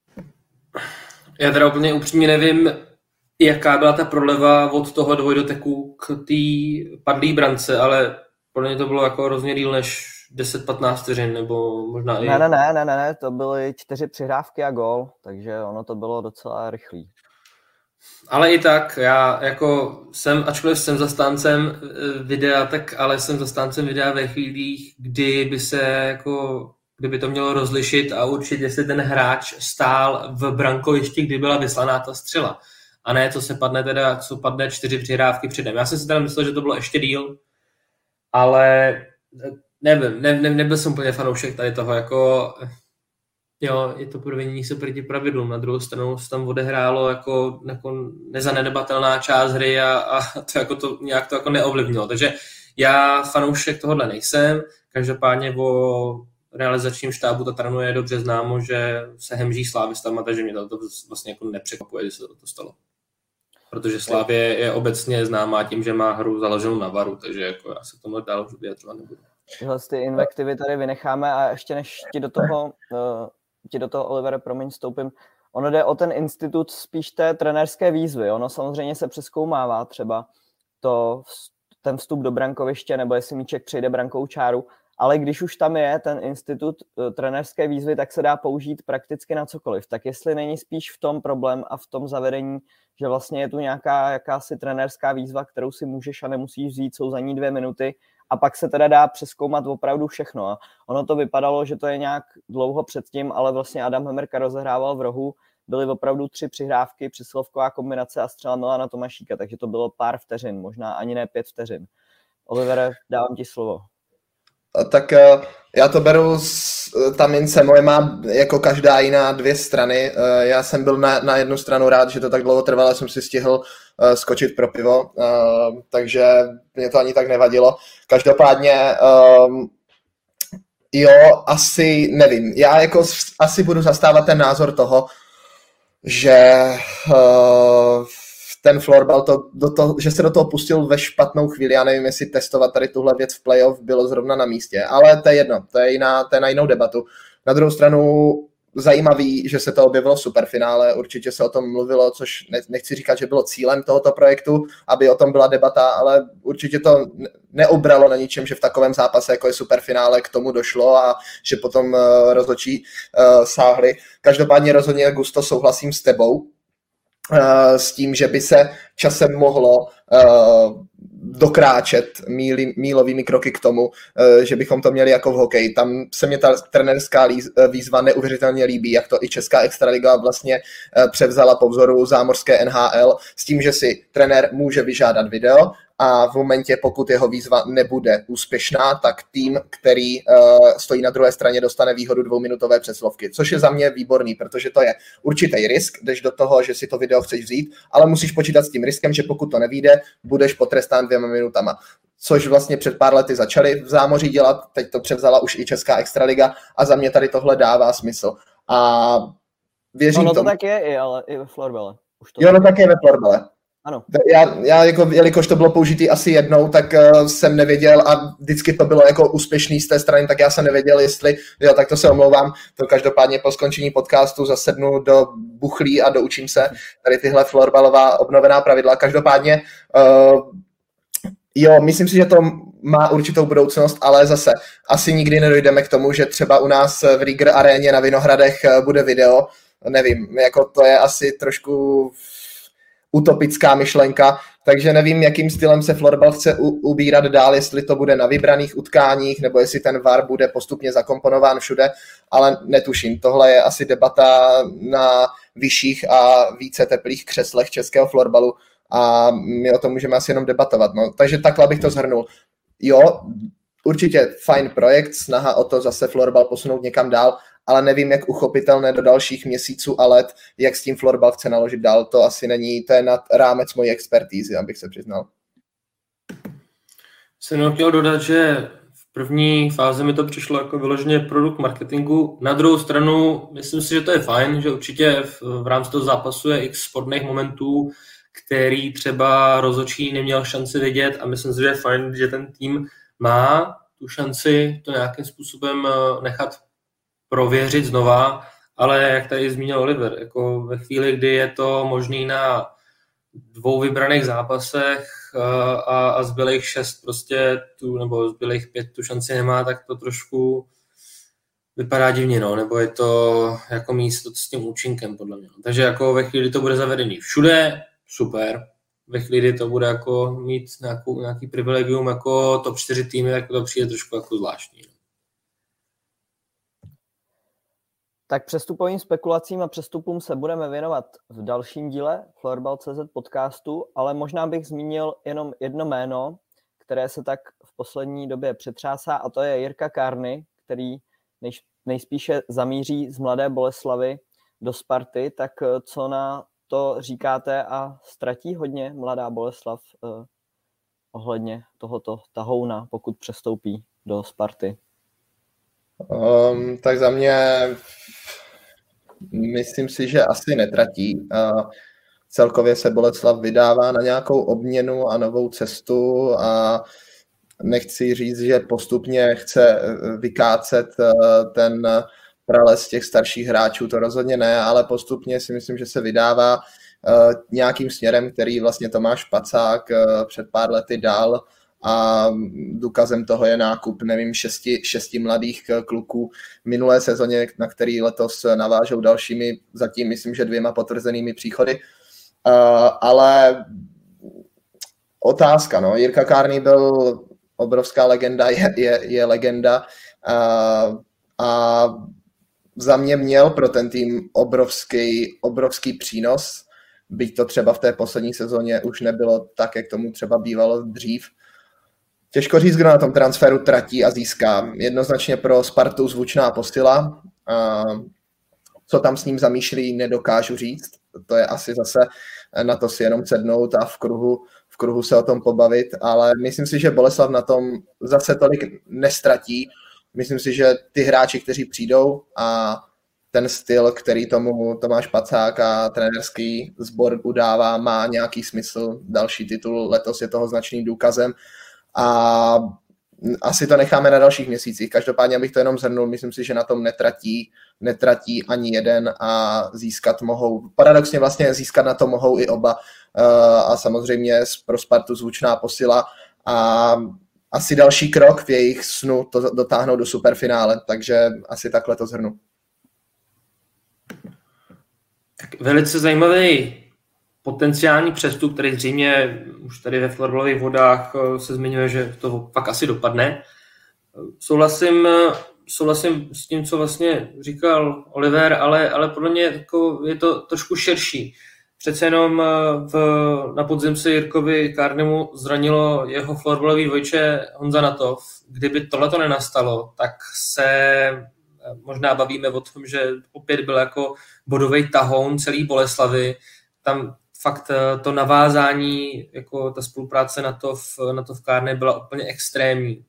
Já teda úplně upřímně nevím, jaká byla ta prodleva od toho dvojdoteku k té padlý brance, ale podle mě to bylo jako hrozně díl než 10-15 vteřin, nebo možná i... Ne, to byly 4 přihrávky a gól, takže ono to bylo docela rychlý. Ale i tak, já jako ačkoliv jsem zastáncem videa, tak ale jsem zastáncem videa ve chvílích, kdyby to mělo rozlišit a určit, jestli ten hráč stál v brankovišti, kdy byla vyslaná ta střela. A ne, co padne 4 přihrávky předem. Já jsem si teda myslel, že to bylo ještě díl, ale nevím, nebyl jsem úplně fanoušek tady toho, jako... Jo, je to provinění se proti pravidlům. Na druhou stranu se tam odehrálo jako nezanedbatelná část hry a to jako to nějak to jako neovlivnilo. Takže já fanoušek tohohle nejsem. Každopádně o realizačním štábu Tatranu je dobře známo, že se hemží slávistama, takže mě to vlastně jako nepřekvapuje, že se to stalo. Protože Slávě je obecně známá tím, že má hru založenou na VARu, takže jako já se k tomu dál vyjadřovat nebudu. Tyhle ty invektivy tady vynecháme a ještě než ti do toho Olivere, promiň, vstoupím. Ono jde o ten institut spíš té trenérské výzvy. Ono samozřejmě se přezkoumává třeba ten vstup do brankoviště, nebo jestli míček přejde brankou čáru, ale když už tam je ten institut trenérské výzvy, tak se dá použít prakticky na cokoliv. Tak jestli není spíš v tom problém a v tom zavedení, že vlastně je tu nějaká jakási trenérská výzva, kterou si můžeš a nemusíš vzít, jsou za ní 2 minuty, a pak se teda dá přezkoumat opravdu všechno. A ono to vypadalo, že to je nějak dlouho předtím, ale vlastně Adam Hemerka rozehrával v rohu, byly opravdu 3 přihrávky, přesilovková kombinace a střela Milana Tomašíka, takže to bylo pár vteřin, možná ani ne 5 vteřin. Olivere, dávám ti slovo. Tak já to beru, ta mince moje má jako každá jiná 2 strany. Já jsem byl na jednu stranu rád, že to tak dlouho trvalo, jsem si stihl skočit pro pivo, takže mě to ani tak nevadilo. Každopádně jo, asi nevím. Já jako asi budu zastávat ten názor toho, že v ten florbal, že se do toho pustil ve špatnou chvíli, já nevím, jestli testovat tady tuhle věc v playoff bylo zrovna na místě, ale to je jedno, to je na jinou debatu. Na druhou stranu zajímavý, že se to objevilo v superfinále, určitě se o tom mluvilo, což nechci říkat, že bylo cílem tohoto projektu, aby o tom byla debata, ale určitě to neobralo na ničem, že v takovém zápase, jako je superfinále, k tomu došlo a že potom rozhodčí sáhli. Každopádně rozhodně, Gusto, souhlasím s tebou, s tím, že by se časem mohlo dokráčet mílovými kroky k tomu, že bychom to měli jako v hokeji. Tam se mě ta trenerská výzva neuvěřitelně líbí, jak to i Česká extraliga vlastně převzala po vzoru zámořské NHL s tím, že si trenér může vyžádat video a v momentě, pokud jeho výzva nebude úspěšná, tak tým, který stojí na druhé straně, dostane výhodu 2minutové přeslovky, což je za mě výborný, protože to je určitý risk, jdeš do toho, že si to video chceš vzít, ale musíš počítat s tím riskem, že pokud to nevyjde, budeš potrestán 2 minutama. Což vlastně před pár lety začali v zámoří dělat, teď to převzala už i Česká extraliga a za mě tady tohle dává smysl. A věřím tomu. No to tak je, ale i ve florbale. Jo, no tak je ve florbale. Ano. Já jako, jelikož to bylo použitý asi jednou, tak jsem nevěděl a vždycky to bylo jako úspěšný z té strany, tak já jsem nevěděl, jestli, jo, tak to se omlouvám, to každopádně po skončení podcastu zasednu do buchlí a doučím se tady tyhle florbalová obnovená pravidla. Každopádně, jo, myslím si, že to má určitou budoucnost, ale zase asi nikdy nedojdeme k tomu, že třeba u nás v Rieger aréně na Vinohradech bude video, nevím, jako to je asi trošku utopická myšlenka, takže nevím, jakým stylem se florbal chce ubírat dál, jestli to bude na vybraných utkáních, nebo jestli ten VAR bude postupně zakomponován všude, ale netuším. Tohle je asi debata na vyšších a více teplých křeslech českého florbalu a my o tom můžeme asi jenom debatovat. No. Takže takhle bych to shrnul. Jo, určitě fajn projekt, snaha o to zase florbal posunout někam dál, ale nevím, jak uchopitelné do dalších měsíců a let, jak s tím florbal chce naložit dál. To asi není, to je nad rámec mojí expertízy, abych se přiznal. Jsem chtěl dodat, že v první fázi mi to přišlo jako vyloženě produkt marketingu. Na druhou stranu, myslím si, že to je fajn, že určitě v rámci toho zápasu je x sportných momentů, který třeba rozhodčí neměl šanci vidět a myslím si, že je fajn, že ten tým má tu šanci to nějakým způsobem nechat prověřit znova, ale jak tady zmínil Oliver, jako ve chvíli, kdy je to možný na 2 vybraných zápasech a zbylých 6 prostě nebo zbylých 5 tu šanci nemá, tak to trošku vypadá divně, no, nebo je to jako místo s tím účinkem, podle mě. Takže jako ve chvíli, kdy to bude zavedený všude, super. Ve chvíli, kdy to bude jako mít nějaký privilegium jako top 4 týmy, tak to přijde trošku jako zvláštní. Tak přestupovým spekulacím a přestupům se budeme věnovat v dalším díle Florbal.cz podcastu, ale možná bych zmínil jenom jedno jméno, které se tak v poslední době přetřásá, a to je Jirka Kárny, který nejspíše zamíří z Mladé Boleslavi do Sparty. Tak co na to říkáte a ztratí hodně Mladá Boleslav ohledně tohoto tahouna, pokud přestoupí do Sparty? Tak za mě myslím si, že asi netratí. Celkově se Boleslav vydává na nějakou obměnu a novou cestu a nechci říct, že postupně chce vykácet ten prales těch starších hráčů, to rozhodně ne, ale postupně si myslím, že se vydává nějakým směrem, který vlastně Tomáš Pacák před pár lety dal, a důkazem toho je nákup, nevím, 6 mladých kluků minulé sezóně, na který letos navážou dalšími, zatím myslím, že 2 potvrzenými příchody. Ale otázka, no, Jirka Kárný byl obrovská legenda, je legenda a za mě měl pro ten tým obrovský přínos, byť to třeba v té poslední sezóně už nebylo tak, jak tomu třeba bývalo dřív. Těžko říct, kdo na tom transferu tratí a získá. Jednoznačně pro Spartu zvučná postila. Co tam s ním zamýšlí, nedokážu říct. To je asi zase na to si jenom sednout a v kruhu se o tom pobavit, ale myslím si, že Boleslav na tom zase tolik nestratí. Myslím si, že ty hráči, kteří přijdou a ten styl, který tomu Tomáš Pacák a trenérský sbor udává, má nějaký smysl. Další titul letos je toho značným důkazem a asi to necháme na dalších měsících. Každopádně, abych to jenom shrnul, myslím si, že na tom netratí ani jeden a získat mohou. Paradoxně vlastně získat na to mohou i oba a samozřejmě pro Spartu zvučná posila a asi další krok v jejich snu to dotáhnout do superfinále, takže asi takhle to shrnu. Tak velice zajímavý potenciální přestup, který zřejmě už tady ve florbalových vodách se zmiňuje, že to pak asi dopadne. Souhlasím s tím, co vlastně říkal Oliver, ale podle mě jako je to trošku širší. Přece jenom na podzim se Jirkovi Kárnemu zranilo jeho florbalový dvojče Honza Natov. Kdyby tohleto nenastalo, tak se možná bavíme o tom, že opět byl jako bodový tahoun celý Boleslavy. Tam fakt to navázání, jako ta spolupráce Natov Kárny byla úplně extrémní.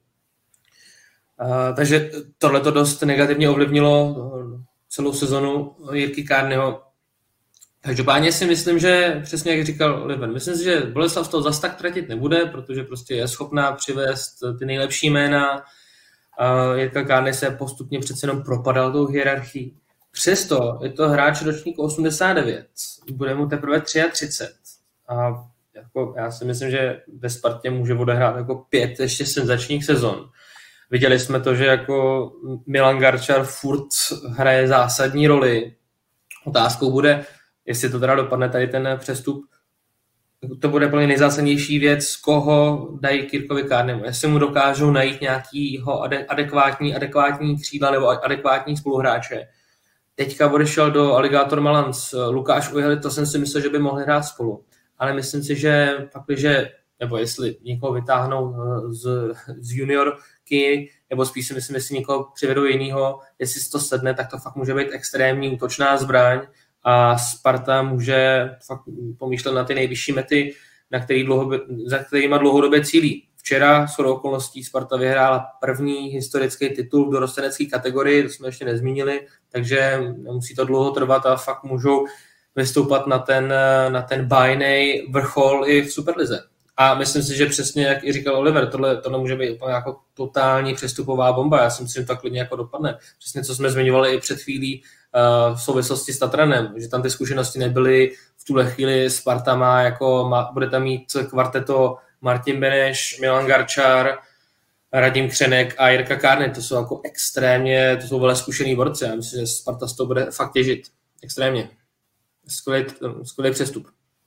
Takže tohleto dost negativně ovlivnilo celou sezonu Jirky Kárnyho. Každopádně si myslím, že přesně jak říkal Oliver, myslím si, že Boleslav to zas tak tratit nebude, protože prostě je schopná přivést ty nejlepší jména. Jirka Kárny se postupně přece jenom propadal tou hierarchií. Přesto je to hráč ročník 89, bude mu teprve 33. A jako já si myslím, že ve Spartě může odehrát jako 5 ještě senzačních sezon. Viděli jsme to, že jako Milan Garčar furt hraje zásadní roli. Otázkou bude, jestli to teda dopadne tady ten přestup, to bude plně nejzásadnější věc, koho dají Jirkovi Kárnemu. Jestli mu dokážou najít nějakýho adekvátní křídla nebo adekvátní spoluhráče. Teďka odešel do Alligator Malans Lukáš Ujhel, to jsem si myslel, že by mohli hrát spolu. Ale myslím si, že pakliže, nebo jestli někoho vytáhnou z juniorky, nebo spíš si myslím, jestli někoho přivedou jinýho, jestli si to sedne, tak to fakt může být extrémní útočná zbraň a Sparta může fakt pomýšlet na ty nejvyšší mety, za kterýma dlouhodobě cílí. Včera shodou okolností Sparta vyhrála první historický titul v dorostenecké kategorii, to jsme ještě nezmínili, takže nemusí to dlouho trvat a fakt můžou vystoupat na ten bájnej vrchol i v Superlize. A myslím si, že přesně, jak i říkal Oliver, tohle může být úplně jako totální přestupová bomba. Já si myslím, že to klidně jako dopadne. Přesně, co jsme zmiňovali i před chvílí v souvislosti s Tatranem, že tam ty zkušenosti nebyly. V tuhle chvíli Sparta bude tam mít kvarteto Martin Beneš, Milan Garčar, Radim Křenek a Jirka Kárny. To jsou jako to jsou velmi zkušený borci. Já myslím, že Sparta z toho bude fakt těžit. Extrémně. Skvělý přestup.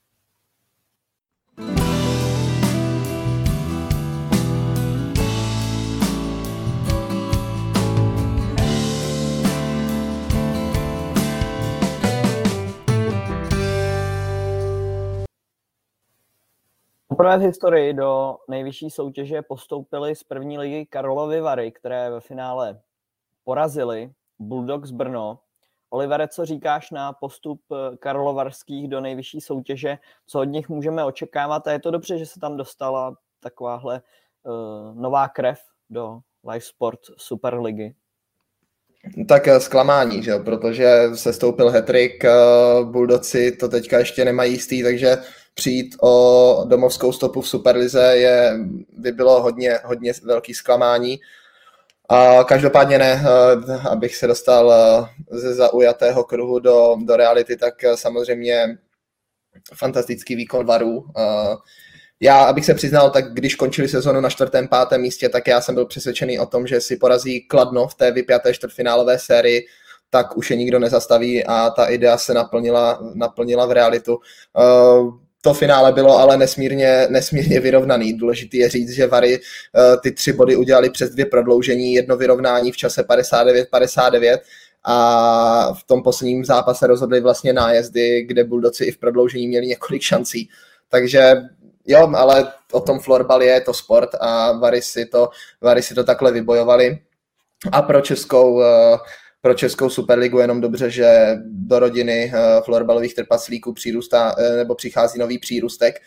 Poprvé v historii do nejvyšší soutěže postoupili z první ligy Karlovy Vary, které ve finále porazili Bulldogs Brno. Olivere, co říkáš na postup karlovarských do nejvyšší soutěže? Co od nich můžeme očekávat? A je to dobře, že se tam dostala takováhle nová krev do Live Sport Superligy? Tak zklamání, že? Protože se stoupil hat-trick, Bulldoci to teďka ještě nemají jistý, takže přijít o domovskou stopu v Superlize by bylo hodně velký zklamání. A každopádně ne, abych se dostal ze zaujatého kruhu do reality, tak samozřejmě fantastický výkon Varů. Já, abych se přiznal, tak když končili sezonu na 4., 5. místě, tak já jsem byl přesvědčený o tom, že si porazí Kladno v té vypjaté čtvrtfinálové sérii, tak už je nikdo nezastaví a ta idea se naplnila v realitu. To finále bylo ale nesmírně vyrovnaný. Důležitý je říct, že Vary ty 3 body udělali přes 2 prodloužení, 1 vyrovnání v čase 59-59 a v tom posledním zápase rozhodli vlastně nájezdy, kde Bulldoci i v prodloužení měli několik šancí. Takže jo, ale o tom florbal je to sport a Vary si to takhle vybojovali. A pro českou Superligu jenom dobře, že do rodiny florbalových trpaslíků přichází nový přírůstek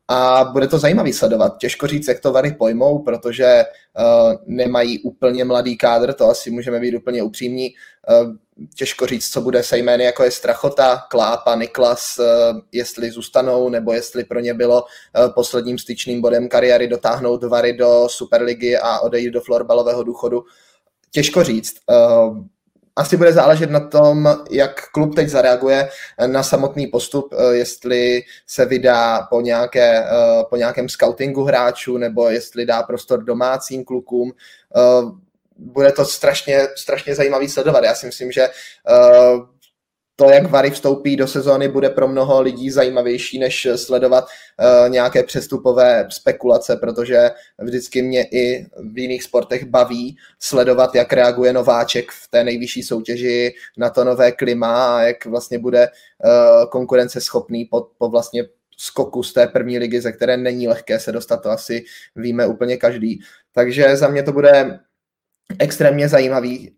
a bude to zajímavý sledovat. Těžko říct, jak to Vary pojmou, protože nemají úplně mladý kádr, to asi můžeme být úplně upřímní. Těžko říct, co bude se jmény, jako je Strachota, Klápa, Niklas, jestli zůstanou, nebo jestli pro ně bylo posledním styčným bodem kariéry dotáhnout Vary do Superligy a odejít do florbalového důchodu. Těžko říct. Asi bude záležet na tom, jak klub teď zareaguje na samotný postup, jestli se vydá po nějakém scoutingu hráčů, nebo jestli dá prostor domácím klukům. Bude to strašně zajímavý sledovat. Já si myslím, že to, jak Vary vstoupí do sezóny, bude pro mnoho lidí zajímavější, než sledovat nějaké přestupové spekulace, protože vždycky mě i v jiných sportech baví sledovat, jak reaguje nováček v té nejvyšší soutěži na to nové klima a jak vlastně bude konkurenceschopný po vlastně skoku z té první ligy, ze které není lehké se dostat, to asi víme úplně každý. Takže za mě to bude extrémně zajímavý.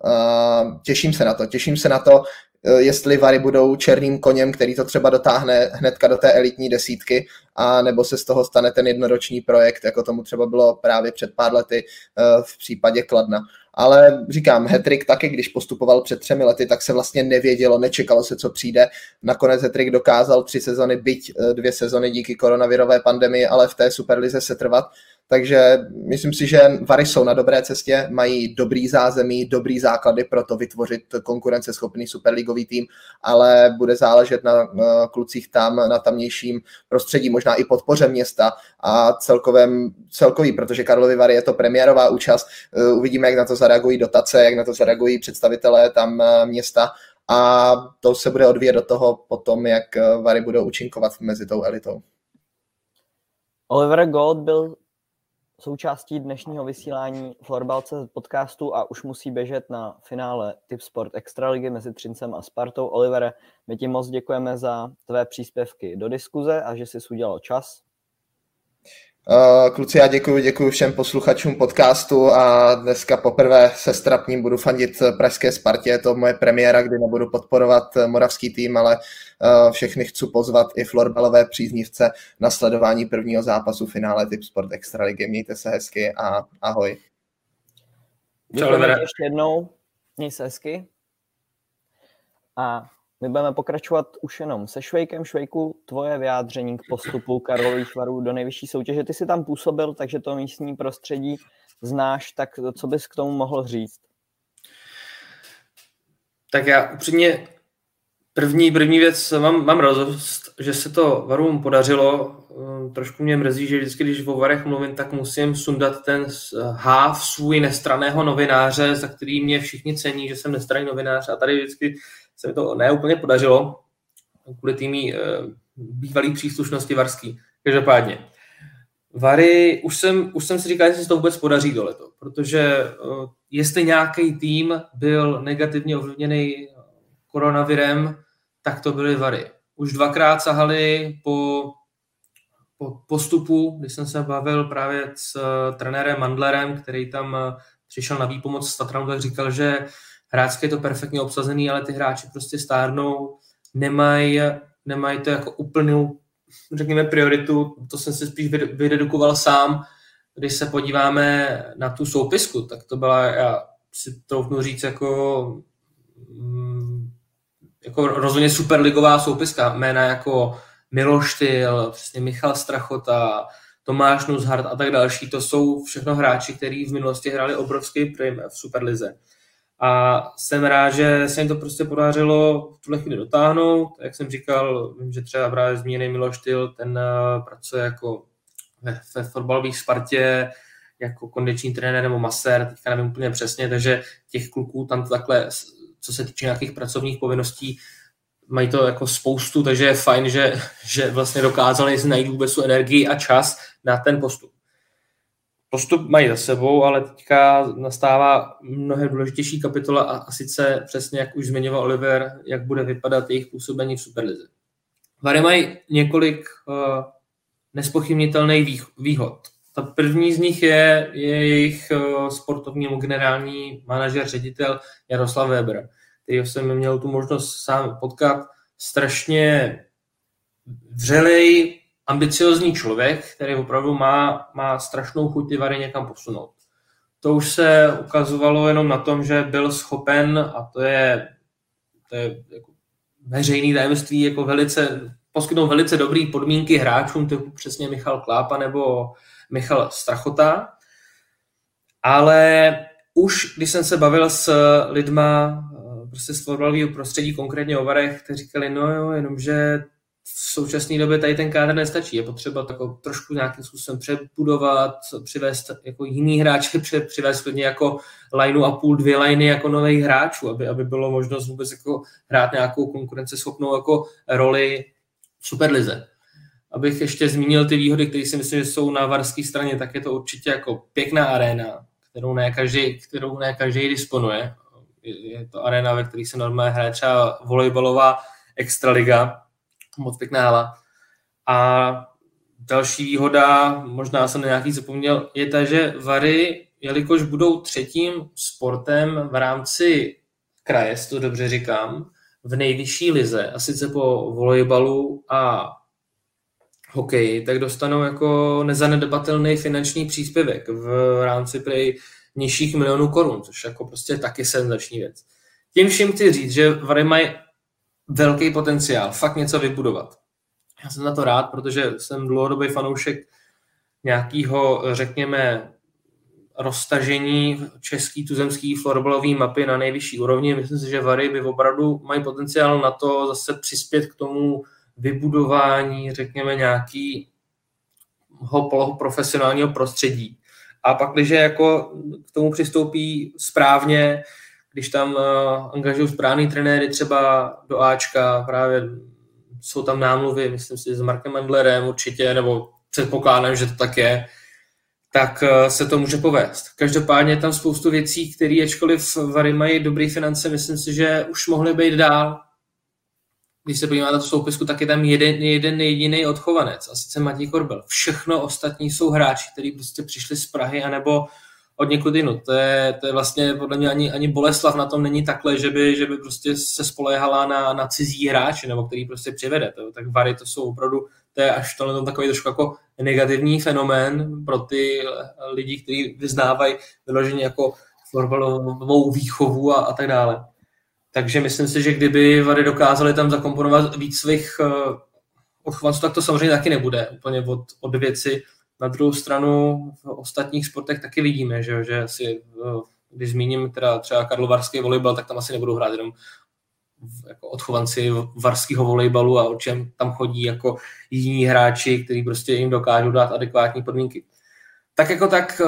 Těším se na to, jestli Vary budou černým koněm, který to třeba dotáhne hnedka do té elitní desítky, a nebo se z toho stane ten jednoroční projekt, jako tomu třeba bylo právě před pár lety v případě Kladna. Ale říkám, hat-trick taky, když postupoval před 3 lety, tak se vlastně nevědělo, nečekalo se, co přijde. Nakonec hat-trick dokázal 3 sezony, byť 2 sezony díky koronavirové pandemii, ale v té Superlize se trvat. Takže myslím si, že Vary jsou na dobré cestě, mají dobrý zázemí, dobrý základy pro to vytvořit konkurenceschopný superligový tým, ale bude záležet na klucích tam, na tamnějším prostředí, možná i podpoře města a celkový, protože Karlovy Vary je to premiérová účast. Uvidíme, jak na to zareagují dotace, jak na to zareagují představitelé tam města, a to se bude odvíjet do toho potom, jak Vary budou účinkovat mezi tou elitou. Oliver Gold byl součástí dnešního vysílání Florbal.cz podcastu a už musí běžet na finále Tipsport Extraligy mezi Třincem a Spartou. Olivere, my ti moc děkujeme za tvé příspěvky do diskuze a že jsi udělal čas. Kluci, já děkuji všem posluchačům podcastu a dneska poprvé se strapním budu fandit pražské Spartě. Je to moje premiéra, kdy nebudu podporovat moravský tým, ale všechny chci pozvat i florbalové příznivce na sledování prvního zápasu finále Tipsport Extraligy. Mějte se hezky a ahoj. Děkujeme ještě jednou. Měj se hezky. A my budeme pokračovat už jenom se Švejkem. Švejku, tvoje vyjádření k postupu Karlových Varů do nejvyšší soutěže. Ty jsi tam působil, takže to místní prostředí znáš, tak co bys k tomu mohl říct? Tak já upřímně první věc, mám radost, že se to Varům podařilo. Trošku mě mrzí, že vždycky, když o Varech mluvím, tak musím sundat ten háv svůj nestranného novináře, za který mě všichni cení, že jsem nestranný novinář, a tady vždycky se mi to neúplně podařilo kvůli týmí bývalý příslušnosti varský. Každopádně, Vary, už jsem si říkal, jestli se to vůbec podaří do leto, protože jestli nějaký tým byl negativně ovlivněný koronavirem, tak to byly Vary. Už 2krát sahali po postupu, když jsem se bavil právě s trenérem Mandlerem, který tam přišel na výpomoc z Tatranu, tak říkal, že hráčské je to perfektně obsazený, ale ty hráči prostě stárnou, nemají to jako úplnou, řekněme, prioritu. To jsem si spíš vydedukoval sám. Když se podíváme na tu soupisku, tak to byla, já si troufnu říct, jako rozhodně superligová soupiska. Jména jako Miloš Tyl, přesně Michal Strachota, Tomáš Nuzhart a tak další. To jsou všechno hráči, kteří v minulosti hráli obrovský prim v Superlize. A jsem rád, že se jim to prostě podařilo v tuhle chvíli dotáhnout. Jak jsem říkal, vím, že třeba právě zmíněný Miloš Tyl, ten pracuje jako ve fotbalových Spartě jako kondiční trenér nebo masér, teďka nevím úplně přesně, takže těch kluků tam takhle, co se týče nějakých pracovních povinností, mají to jako spoustu, takže je fajn, že vlastně dokázali si najít vůbec tu energii a čas na ten postup. Postup mají za sebou, ale teďka nastává mnohem důležitější kapitola a sice přesně, jak už zmiňoval Oliver, jak bude vypadat jejich působení v Superlize. Vary mají několik nespochybnitelných výhod. Ta první z nich je jejich sportovní nebo generální manažer, ředitel Jaroslav Weber, kterýho jsem měl tu možnost sám potkat. Strašně vřelej, ambiciozní člověk, který opravdu má strašnou chuť ty Vary někam posunout. To už se ukazovalo jenom na tom, že byl schopen, a to je jako veřejný tajemství, jako poskytnout velice dobrý podmínky hráčům, typu přesně Michal Klápa nebo Michal Strachota. Ale už když jsem se bavil s lidma prostě z fotbalového prostředí, konkrétně o Varech, kteří říkali, no jo, jenomže v současné době tady ten kádr nestačí. Je potřeba to trošku nějakým způsobem přebudovat, přivést jako jiný hráče, přivést klidně jako lineu a půl, 2 liney jako nových hráčů, aby bylo možnost vůbec jako hrát nějakou konkurenceschopnou jako roli v Superlize. Abych ještě zmínil ty výhody, které si myslím, že jsou na varské straně, tak je to určitě jako pěkná aréna, kterou ne každý disponuje. Je to aréna, ve které se normálně hraje třeba volejbalová extraliga, moc pěkná hala. A další výhoda, možná jsem na nějaký zapomněl, je ta, že Vary, jelikož budou třetím sportem v rámci kraje, jestli to dobře říkám, v nejvyšší lize, a sice po volejbalu a hokeji, tak dostanou jako nezanedbatelný finanční příspěvek v rámci nižších milionů korun, což jako prostě taky senzační věc. Tím vším chci říct, že Vary mají velký potenciál, fakt něco vybudovat. Já jsem na to rád, protože jsem dlouhodobý fanoušek nějakého, řekněme, roztažení český tuzemský florbalový mapy na nejvyšší úrovni. Myslím si, že Vary by opravdu mají potenciál na to zase přispět k tomu vybudování, řekněme, nějakého poloprofesionálního prostředí. A pak, když jako k tomu přistoupí správně, když tam angažují správný trenéry třeba do Ačka, právě jsou tam námluvy, myslím si, s Markem Mandlerem určitě, nebo předpokládám, že to tak je, tak se to může povést. Každopádně je tam spoustu věcí, které, ačkoliv Vary mají dobré finance, myslím si, že už mohly být dál. Když se podíváte na tu soupisku, tak je tam jeden jediný odchovanec, a sice Matěj Korbel. Všechno ostatní jsou hráči, kteří prostě přišli z Prahy anebo od někud jinut. To je vlastně podle mě ani Boleslav na tom není takhle, že by prostě se spoléhala na cizí hráče, nebo který prostě přivede. Tak Vary to jsou opravdu, to je až tohle takový trošku jako negativní fenomén pro ty lidi, kteří vyznávají vyloženě jako florbalovou výchovu a tak dále. Takže myslím si, že kdyby Vary dokázali tam zakomponovat víc svých odchovanců, tak to samozřejmě taky nebude úplně od věci. Na druhou stranu v ostatních sportech taky vidíme, že asi, když zmíním třeba karlovarský volejbal, tak tam asi nebudou hrát jenom jako odchovanci varského volejbalu a o čem tam chodí jako jiní hráči, kteří prostě jim dokážou dát adekvátní podmínky. Tak jako tak,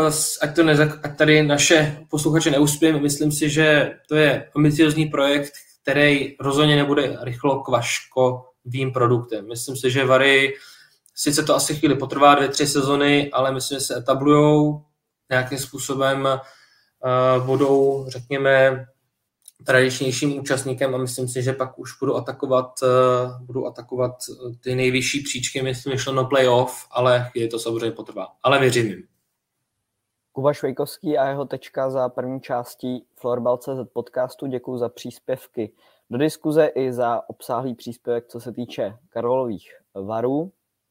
ať tady naše posluchače neuspějeme, myslím si, že to je ambiciozní projekt, který rozhodně nebude rychlo kvaškovým produktem. Myslím si, že Vary, sice to asi chvíli potrvá 2-3 sezony, ale myslím, že se etablujou nějakým způsobem, budou, řekněme, tradičnějším účastníkem a myslím si, že pak už budou atakovat ty nejvyšší příčky, myslím, myšleno playoff, ale chvíli to samozřejmě potrvá. Ale věřím jim. Kuba Švejkovský a jeho tečka za první částí Florbal.cz podcastu. Děkuji za příspěvky do diskuze i za obsáhlý příspěvek, co se týče Karlových Varů.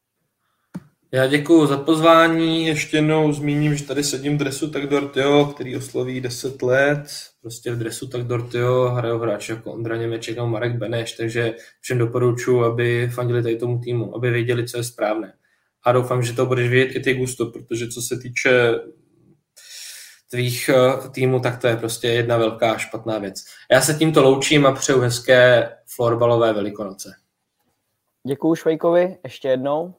Já děkuji za pozvání. Ještě jednou zmíním, že tady sedím v dresu Tak Dortio, který osloví 10 let. Prostě v dresu Tak Dortio hrajou hráči jako Ondra Němeček a Marek Beneš, takže všem doporučuji, aby fandili tady tomu týmu, aby věděli, co je správné. A doufám, že to budeš vědět i ty, Gusto, protože co se týče tvých týmů, tak to je prostě jedna velká špatná věc. Já se tímto loučím a přeju hezké florbalové Velikonoce. Děkuju Švejkovi ještě jednou.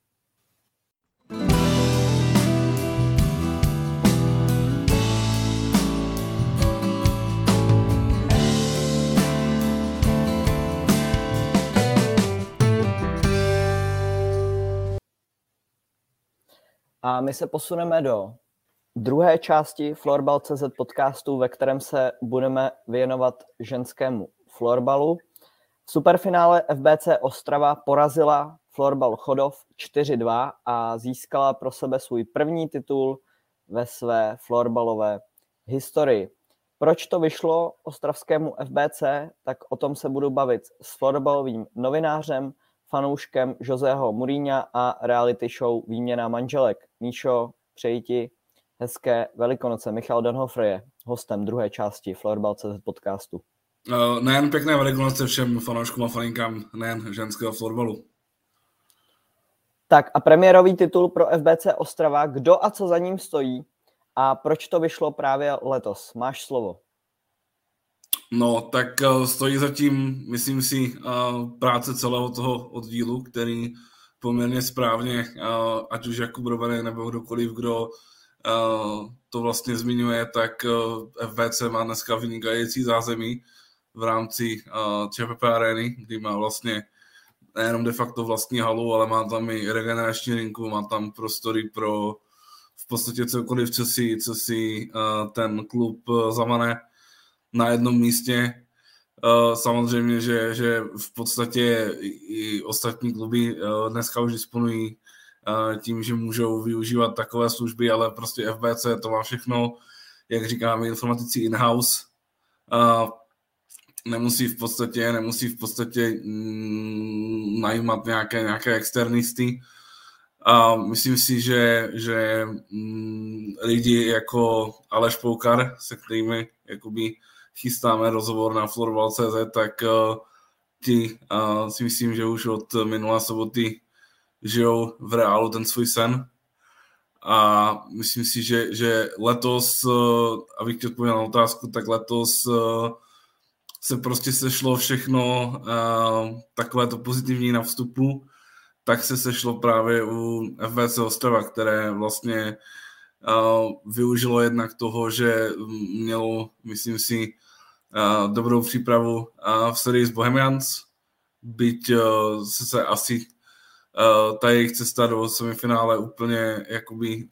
A my se posuneme do druhé části Florbal.cz podcastu, ve kterém se budeme věnovat ženskému florbalu. V superfinále FBC Ostrava porazila florbal Chodov 4-2 a získala pro sebe svůj první titul ve své florbalové historii. Proč to vyšlo ostravskému FBC? Tak o tom se budu bavit s florbalovým novinářem, fanouškem Joseho Mourinha a reality show Výměna manželek. Míšo, přeji ti hezké Velikonoce. Michal Denhofer je hostem druhé části Florbal.cz podcastu. Nejen pěkné Velikonoce všem fanouškům a faninkám nejen ženského florbalu. Tak a premiérový titul pro FBC Ostrava. Kdo a co za ním stojí a proč to vyšlo právě letos? Máš slovo. No, tak stojí zatím, myslím si, práce celého toho oddílu, který poměrně správně, ať už Jakub Rovenek nebo kdokoliv, kdo to vlastně zmiňuje, tak FBC má dneska vynikající zázemí v rámci ČPP Areny, kdy má vlastně nejenom de facto vlastní halu, ale má tam i regenerační rinku, má tam prostory pro v podstatě cokoliv, co si ten klub zamane na jednom místě. Samozřejmě, že v podstatě i ostatní kluby dneska už disponují tím, že můžou využívat takové služby, ale prostě FBC to má všechno, jak říkáme, informatici in-house. Nemusí v podstatě najímat nějaké externisty. A myslím si, že lidi jako Aleš Poukar, se kterými jakoby chystáme rozhovor na Florbal.cz, tak ti si myslím, že už od minulé soboty žijou v reálu ten svůj sen. A myslím si, že letos, abych ti odpověděl na otázku, tak letos se prostě sešlo všechno takovéto pozitivní na vstupu, tak se sešlo právě u FBC Ostrava, které vlastně využilo jednak toho, že mělo, myslím si, dobrou přípravu v sérii s Bohemians, byť se asi ta jejich cesta do semifinále úplně jakoby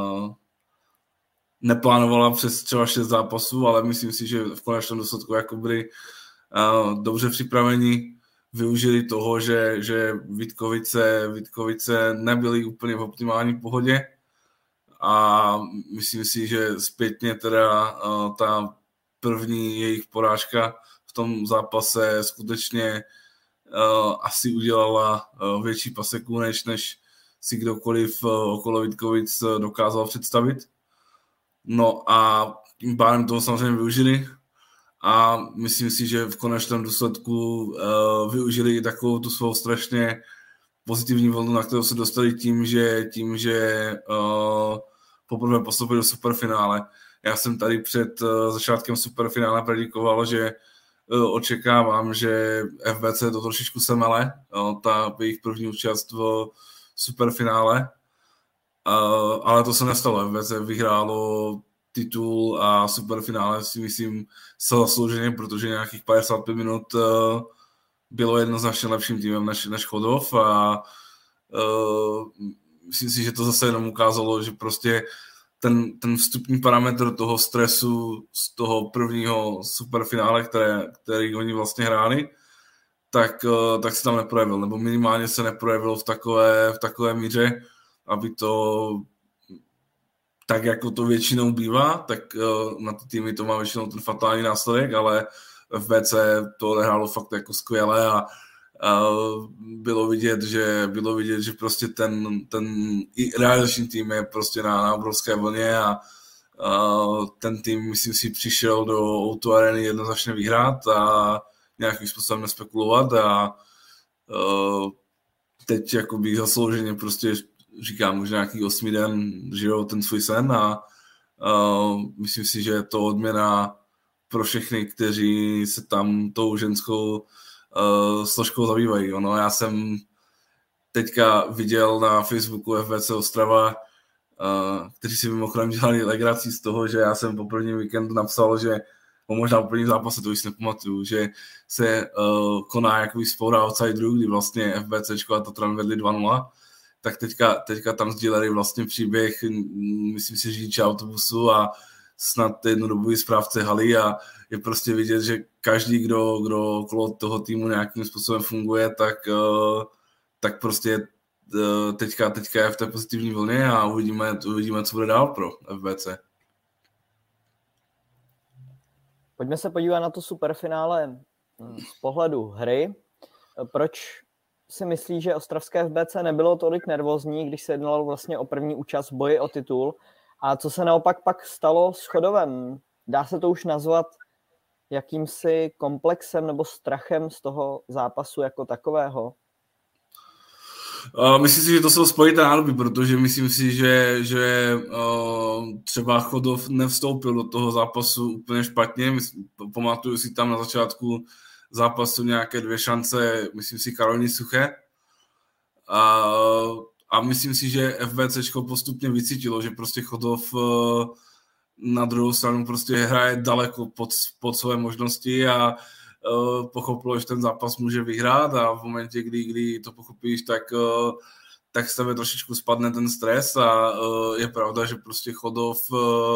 neplánovala přes třeba 6 zápasů, ale myslím si, že v konečném důsledku jako byli dobře připraveni, využili toho, že Vítkovice nebyly úplně v optimální pohodě a myslím si, že zpětně teda ta první jejich porážka v tom zápase skutečně asi udělala větší paseku, než si kdokoliv okolo Vítkovic dokázal představit. No a tím pádem toho samozřejmě využili a myslím si, že v konečném důsledku využili takovou tu svou strašně pozitivní vlnu, na kterou se dostali tím, že poprvé postoupili do superfinále. Já jsem tady před začátkem superfinále predikoval, že očekávám, že FBC to trošičku semele, ta jejich první účast v superfinále, ale to se nestalo. FBC vyhrálo titul a superfinále si myslím se zaslouženě, protože nějakých 55 minut bylo jednoznačně lepším týmem než Chodov a myslím si, že to zase jenom ukázalo, že prostě ten vstupní parametr toho stresu z toho prvního superfinále, který oni vlastně hráli, tak se tam neprojevil, nebo minimálně se neprojevilo v takové míře, aby to tak, jako to většinou bývá, tak na ty týmy to má většinou ten fatální následek, ale v BC to nehrálo fakt jako skvěle a bylo vidět, že prostě ten i realizační tým je prostě na obrovské vlně a ten tým, myslím si, přišel do O2 Areny jednoznačně vyhrát a nějakým způsobem nespekulovat a teď jakoby zaslouženě prostě říkám, už nějaký 8. den žijou ten svůj sen a myslím si, že je to odměna pro všechny, kteří se tam tou ženskou složkou zabývají. Ono, já jsem teďka viděl na Facebooku FBC Ostrava, kteří si mimochodem dělali legraci z toho, že já jsem po prvním víkendu napsal, že možná po prvním zápase, to už si nepamatuju, že se koná jakoby spoura outsiderů, kdy vlastně FBCčko a Tatran vedli 2-0, tak teďka tam sdíleli vlastně příběh, myslím si, řidiče autobusu a snad jednu dobu i správce haly a je prostě vidět, že každý, kdo okolo toho týmu nějakým způsobem funguje, tak prostě teďka je v té pozitivní vlně a uvidíme, co bude dál pro FBC. Pojďme se podívat na to superfinále z pohledu hry. Proč si myslí, že ostravské FBC nebylo tolik nervózní, když se jednalo vlastně o první účast v boji o titul. A co se naopak pak stalo s Chodovem? Dá se to už nazvat jakýmsi komplexem nebo strachem z toho zápasu jako takového? Myslím si, že to jsou spojité nádoby, protože myslím si, že třeba Chodov nevstoupil do toho zápasu úplně špatně. Pamatuju si tam na začátku zápasu nějaké 2 šance, myslím si Karoliny Suché. A myslím si, že FBCčko postupně vycítilo, že prostě Chodov na druhou stranu prostě hraje daleko pod své možnosti a pochopilo, že ten zápas může vyhrát a v momentě, kdy to pochopíš, tak z tebe trošičku spadne ten stres a je pravda, že prostě Chodov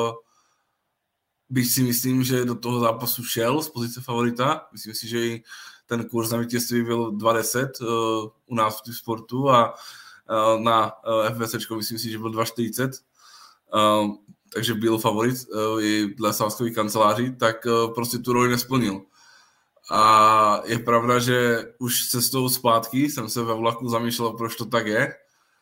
byť si myslím, že do toho zápasu šel z pozice favorita. Myslím si, že i ten kurz na vítězství byl 2,10 u nás v sportu a na FBCčko myslím si, že byl 2,40. Takže byl favorit i dle sázkových kanceláří, tak prostě tu roli nesplnil. A je pravda, že už cestou zpátky jsem se ve vlaku zamýšlel, proč to tak je.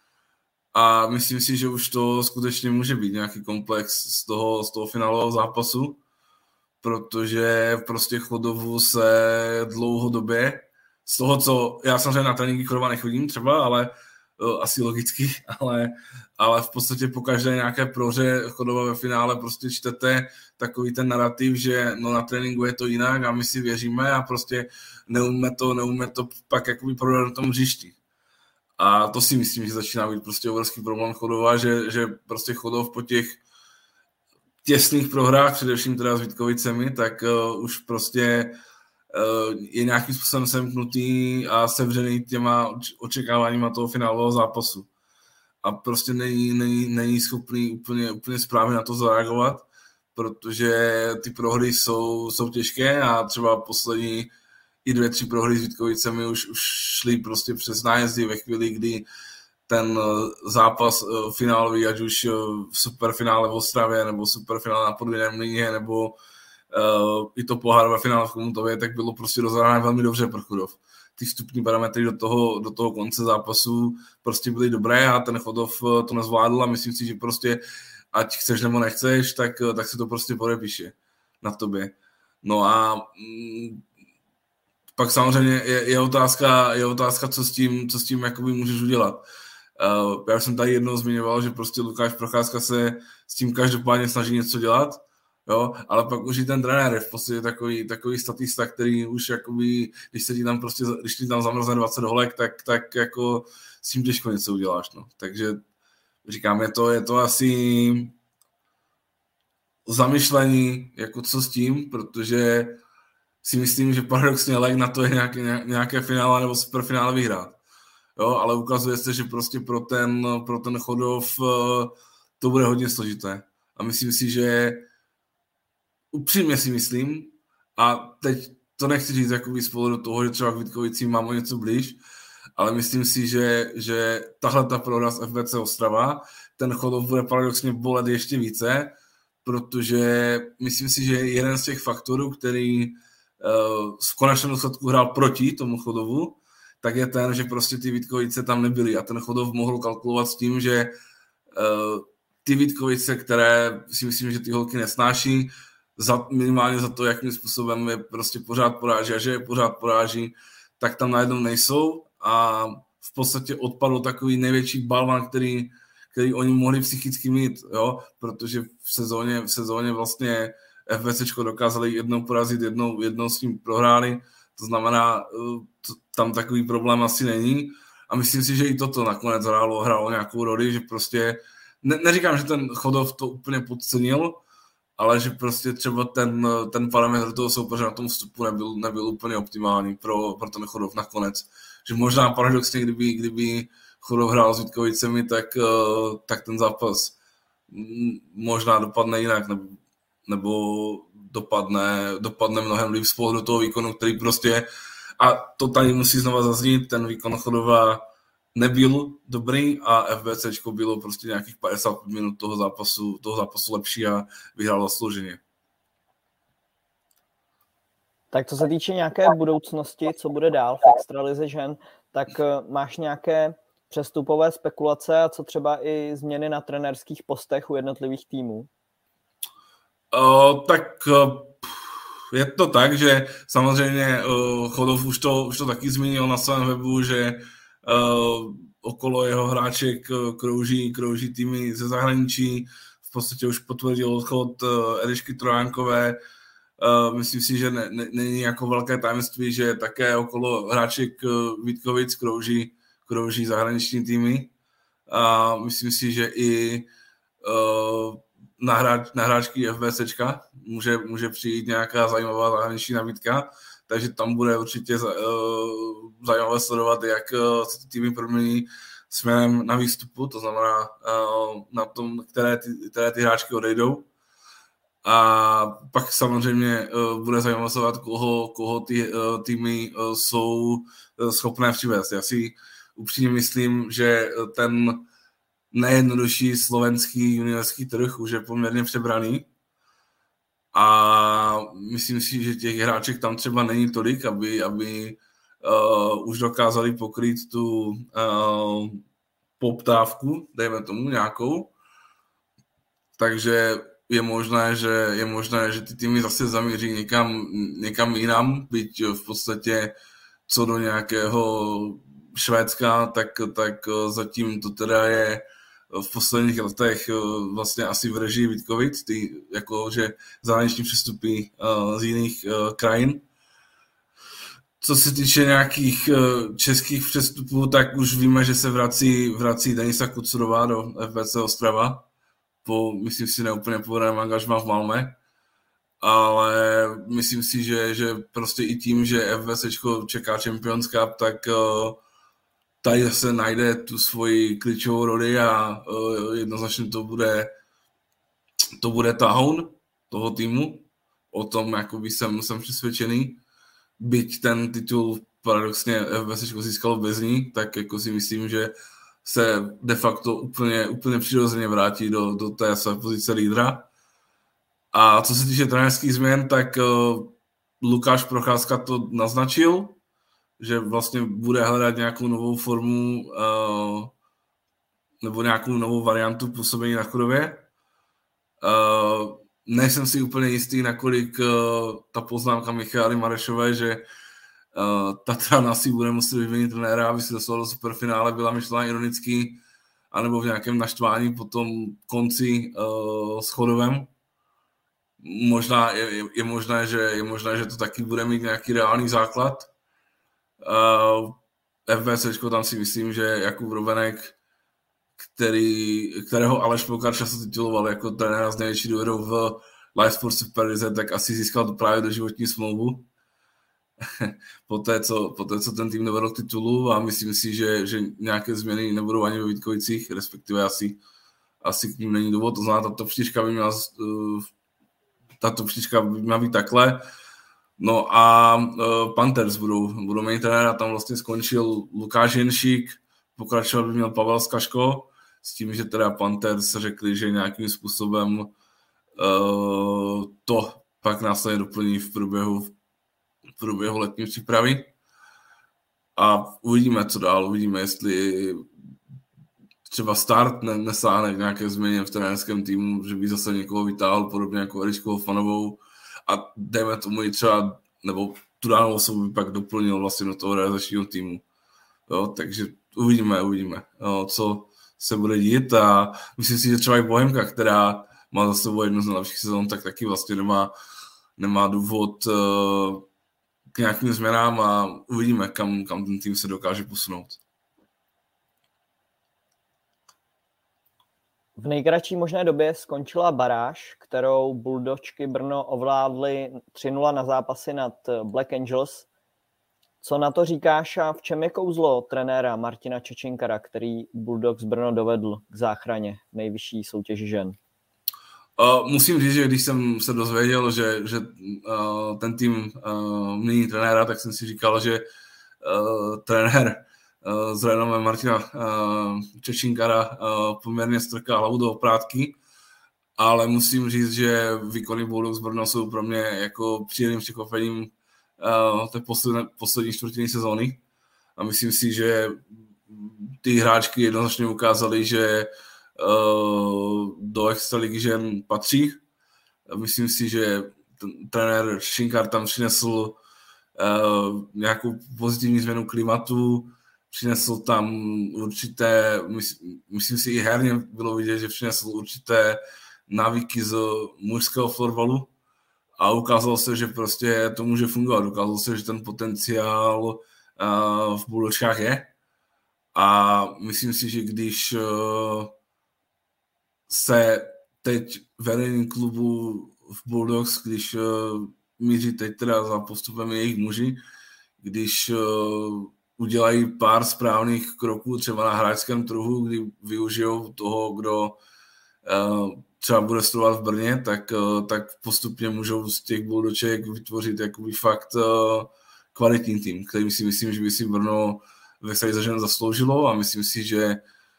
A myslím si, že už to skutečně může být nějaký komplex z toho finálového zápasu, protože prostě Chodovu se dlouhodobě, z toho, co já samozřejmě na tréninky Chodova nechodím třeba, ale asi logicky, ale v podstatě po každé nějaké prohře Chodova ve finále prostě čtete takový ten narrativ, že no na tréninku je to jinak a my si věříme a prostě neumíme to pak jakoby prodat na tom hřišti. A to si myslím, že začíná být prostě obrovský problém Chodova, že prostě Chodov po těch těsných prohrách, především teda s Vítkovicemi, tak už prostě je nějakým způsobem semknutý a sevřený těma očekáváníma toho finálového zápasu. A prostě není schopný úplně správně na to zareagovat, protože ty prohry jsou těžké a třeba poslední i 2-3 prohry s Vítkovicemi už šly prostě přes nájezdy ve chvíli, kdy ten zápas finálový, ať už v superfinále v Ostravě, nebo superfinále na Podviném Mlýně, nebo i to pohárové finále v Chomutově, tak bylo prostě rozhrané velmi dobře pro Chodov. Ty vstupní parametry do toho konce zápasu prostě byly dobré a ten Chodov to nezvládl a myslím si, že prostě ať chceš nebo nechceš, tak se to prostě podepíše na tobě. No a pak samozřejmě je otázka, co s tím jakoby můžeš udělat. Já jsem tady jednou zmiňoval, že prostě Lukáš Procházka se s tím každopádně snaží něco dělat, jo, ale pak už i ten trenér je v podstatě takový statista, který už jakoby, když ti tam zamrzne 20 holek, tak jako s tím těžko něco uděláš, no. Takže říkám, je to asi zamyšlení, jako co s tím, protože si myslím, že paradoxně lék na to je nějaké finále nebo superfinále vyhrát. Jo, ale ukazuje se, že prostě pro ten Chodov to bude hodně složité. A myslím si, že upřímně si myslím, a teď to nechci říct jakoby z pohledu toho, že třeba k Vítkovicím mám o něco blíž, ale myslím si, že tahle ta prohra z FBC Ostrava, ten Chodov bude paradoxně bolet ještě více, protože myslím si, že jeden z těch faktorů, který v konečném důsledku hrál proti tomu Chodovu, tak je ten, že prostě ty Vítkovice tam nebyly a ten Chodov mohl kalkulovat s tím, že ty Vítkovice, které si myslím, že ty holky nesnáší, minimálně za to, jakým způsobem je prostě pořád poráží a že je pořád poráží, tak tam najednou nejsou a v podstatě odpadl takový největší balvan, který oni mohli psychicky mít, jo? Protože v sezóně vlastně FBCčko dokázali jednou porazit, jednou s tím prohráli, to znamená, tam takový problém asi není a myslím si, že i toto nakonec hrálo nějakou roli, že prostě, neříkám, že ten Chodov to úplně podcenil, ale že prostě třeba ten parametr toho soupeře na tom vstupu nebyl úplně optimální pro ten Chodov nakonec. Že možná paradoxně, kdyby Chodov hrál s Vítkovicemi, tak ten zápas možná dopadne jinak, nebo dopadne mnohem líp z pohledu toho výkonu, který prostě, a to tady musí znova zaznít, ten výkon Chodova nebyl dobrý a FBCčko bylo prostě nějakých 50 minut toho zápasu lepší a vyhrálo zaslouženě. Tak co se týče nějaké budoucnosti, co bude dál v extralize žen, tak máš nějaké přestupové spekulace a co třeba i změny na trenérských postech u jednotlivých týmů? Je to tak, že samozřejmě Chodov už to taky zmínil na svém webu, že okolo jeho hráček krouží týmy ze zahraničí. V podstatě už potvrdil odchod Elišky Trojánkové. Myslím si, že není jako velké tajemství, že také okolo hráček Vítkovic krouží zahraniční týmy. A myslím si, že i na hráčky FBCčka může přijít nějaká zajímavá zahraniční nabídka, takže tam bude určitě zajímavé sledovat, jak se ty týmy promění směrem na výstupu, to znamená na tom, které ty hráčky odejdou. A pak samozřejmě bude zajímavé sledovat, koho ty týmy jsou schopné přivést. Já si upřímně myslím, že ten nejjednodušší slovenský juniorský trh už je poměrně přebraný a myslím si, že těch hráček tam třeba není tolik, aby už dokázali pokrýt tu poptávku, dejme tomu nějakou. Takže je možné, že ty týmy zase zamíří někam jinam, byť v podstatě co do nějakého Švédska, tak zatím to teda je v posledních letech vlastně asi v režii Vítkovic, jakože zahraniční přestupy z jiných krajin. Co se týče nějakých českých přestupů, tak už víme, že se vrací Denisa Kucurová do FBC Ostrava po, myslím si, neúplně povedeném angažmá v Malmö. Ale myslím si, že prostě i tím, že FBCčko čeká Champions Cup, tak tady se najde tu svoji klíčovou roli a jednoznačně to bude tahoun toho týmu. O tom jakoby jsem přesvědčený. Byť ten titul paradoxně FBCčko získalo bez ní, tak jako si myslím, že se de facto úplně přirozeně vrátí do té své pozice lídra. A co se týče trenérských změn, tak Lukáš Procházka to naznačil, že vlastně bude hledat nějakou novou formu nebo nějakou novou variantu působení na Chodově. Nejsem si úplně jistý, nakolik ta poznámka Michály Marešové, že Tatran asi bude muset vyměnit trenéra, aby se dostal do superfinále, byla myšlena ironicky, anebo v nějakém naštvání po tom konci s Chodovem. Je možné, že to taky bude mít nějaký reálný základ. FBCčko tam si myslím, že Jakub Rovenek, kterého Aleš Pokar často tituloval jako trenéra s největší důvěrou v Live Sports Superlize, tak asi získal právě doživotní smlouvu. poté, co ten tým nevedl k titulu, a myslím si, že nějaké změny nebudou ani ve Vítkovicích, respektive asi k ním není důvod. To znamená, ta top 4 by měla být takhle. No a Panthers budou mít trenéra, tam vlastně skončil Lukáš Jenšík, pokračovat by měl Pavel Skaško, s tím, že teda Panthers řekli, že nějakým způsobem to pak následně doplní v průběhu letní přípravy. A uvidíme, co dál, uvidíme, jestli třeba Start nesáhne k nějaké změně v trenérském týmu, že by zase někoho vytáhl, podobně jako Elišku Hofanovou, a dejme tomu i třeba, nebo tu danou osobu by pak doplnil vlastně do toho realizačního týmu. Jo, takže uvidíme, co se bude dít, a myslím si, že třeba i Bohemka, která má za sebou jednu z nejlepších sezon, tak taky vlastně nemá důvod k nějakým změnám, a uvidíme, kam ten tým se dokáže posunout. V nejkratší možné době skončila baráž, kterou Bulldočky Brno ovládly 3-0 na zápasy nad Black Angels. Co na to říkáš a v čem je kouzlo trenéra Martina Čečinkara, který Bulldogs Brno dovedl k záchraně v nejvyšší soutěži žen? Musím říct, že když jsem se dozvěděl, že ten tým mění trenéra, tak jsem si říkal, že trenér s renomem Martina Čečinkara poměrně strká hlavu do oprátky, ale musím říct, že výkony Bulldogs Brno jsou pro mě jako příjemným překvapením té poslední čtvrtiny sezóny. a myslím si, že ty hráčky jednoznačně ukázaly, že do extraligy žen patří. Myslím si, že trenér Šinkár tam přinesl nějakou pozitivní změnu klimatu, přinesl tam určité, myslím si i herně bylo vidět, že přinesl určité návyky z mužského florbalu a ukázalo se, že prostě to může fungovat. Ukázalo se, že ten potenciál v Bulldočkách je a myslím si, že když se teď vedení klubu v Bulldogs, když míří teď teda za postupem jejich muži, když udělají pár správných kroků třeba na hráčském trhu, kdy využijou toho, kdo třeba bude studovat v Brně, tak postupně můžou z těch Bulldoček vytvořit jakoby fakt kvalitní tým, který si myslím, že by si Brno ve extralize žen zasloužilo a myslím si, že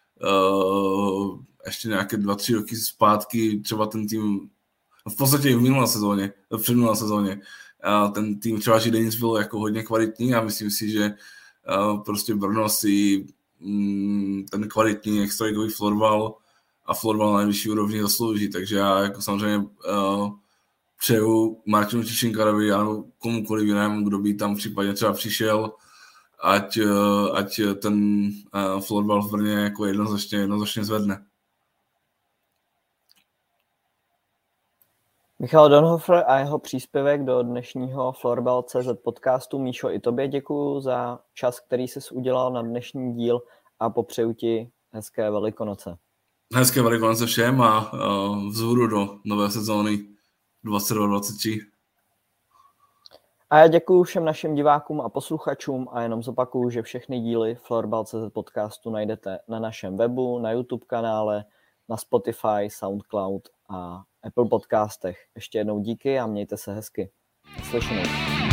ještě nějaké 2-3 roky zpátky třeba ten tým, v podstatě i v předminulé sezóně, ten tým třeba Židenic byl jako hodně kvalitní a myslím si, že prostě Brno si ten kvalitní extraligový florbal a florbal na nejvyšší úrovni zaslouží, takže já jako samozřejmě přeju Martinu Šinkarovi a komukoliv jinému, kdo by tam případně třeba přišel, ať ten florbal v Brně jako jednoznačně zvedne. Michal Donhofer a jeho příspěvek do dnešního Florbal.cz podcastu. Míšo, i tobě děkuju za čas, který jsi udělal na dnešní díl a popřeju ti hezké Velikonoce. Hezké Velikonoce všem a vzhůru do nové sezóny 22-23. A já děkuju všem našim divákům a posluchačům a jenom zopakuju, že všechny díly Florbal.cz podcastu najdete na našem webu, na YouTube kanále, na Spotify, SoundCloud a Apple podcastech. Ještě jednou díky a mějte se hezky. Slyšenou.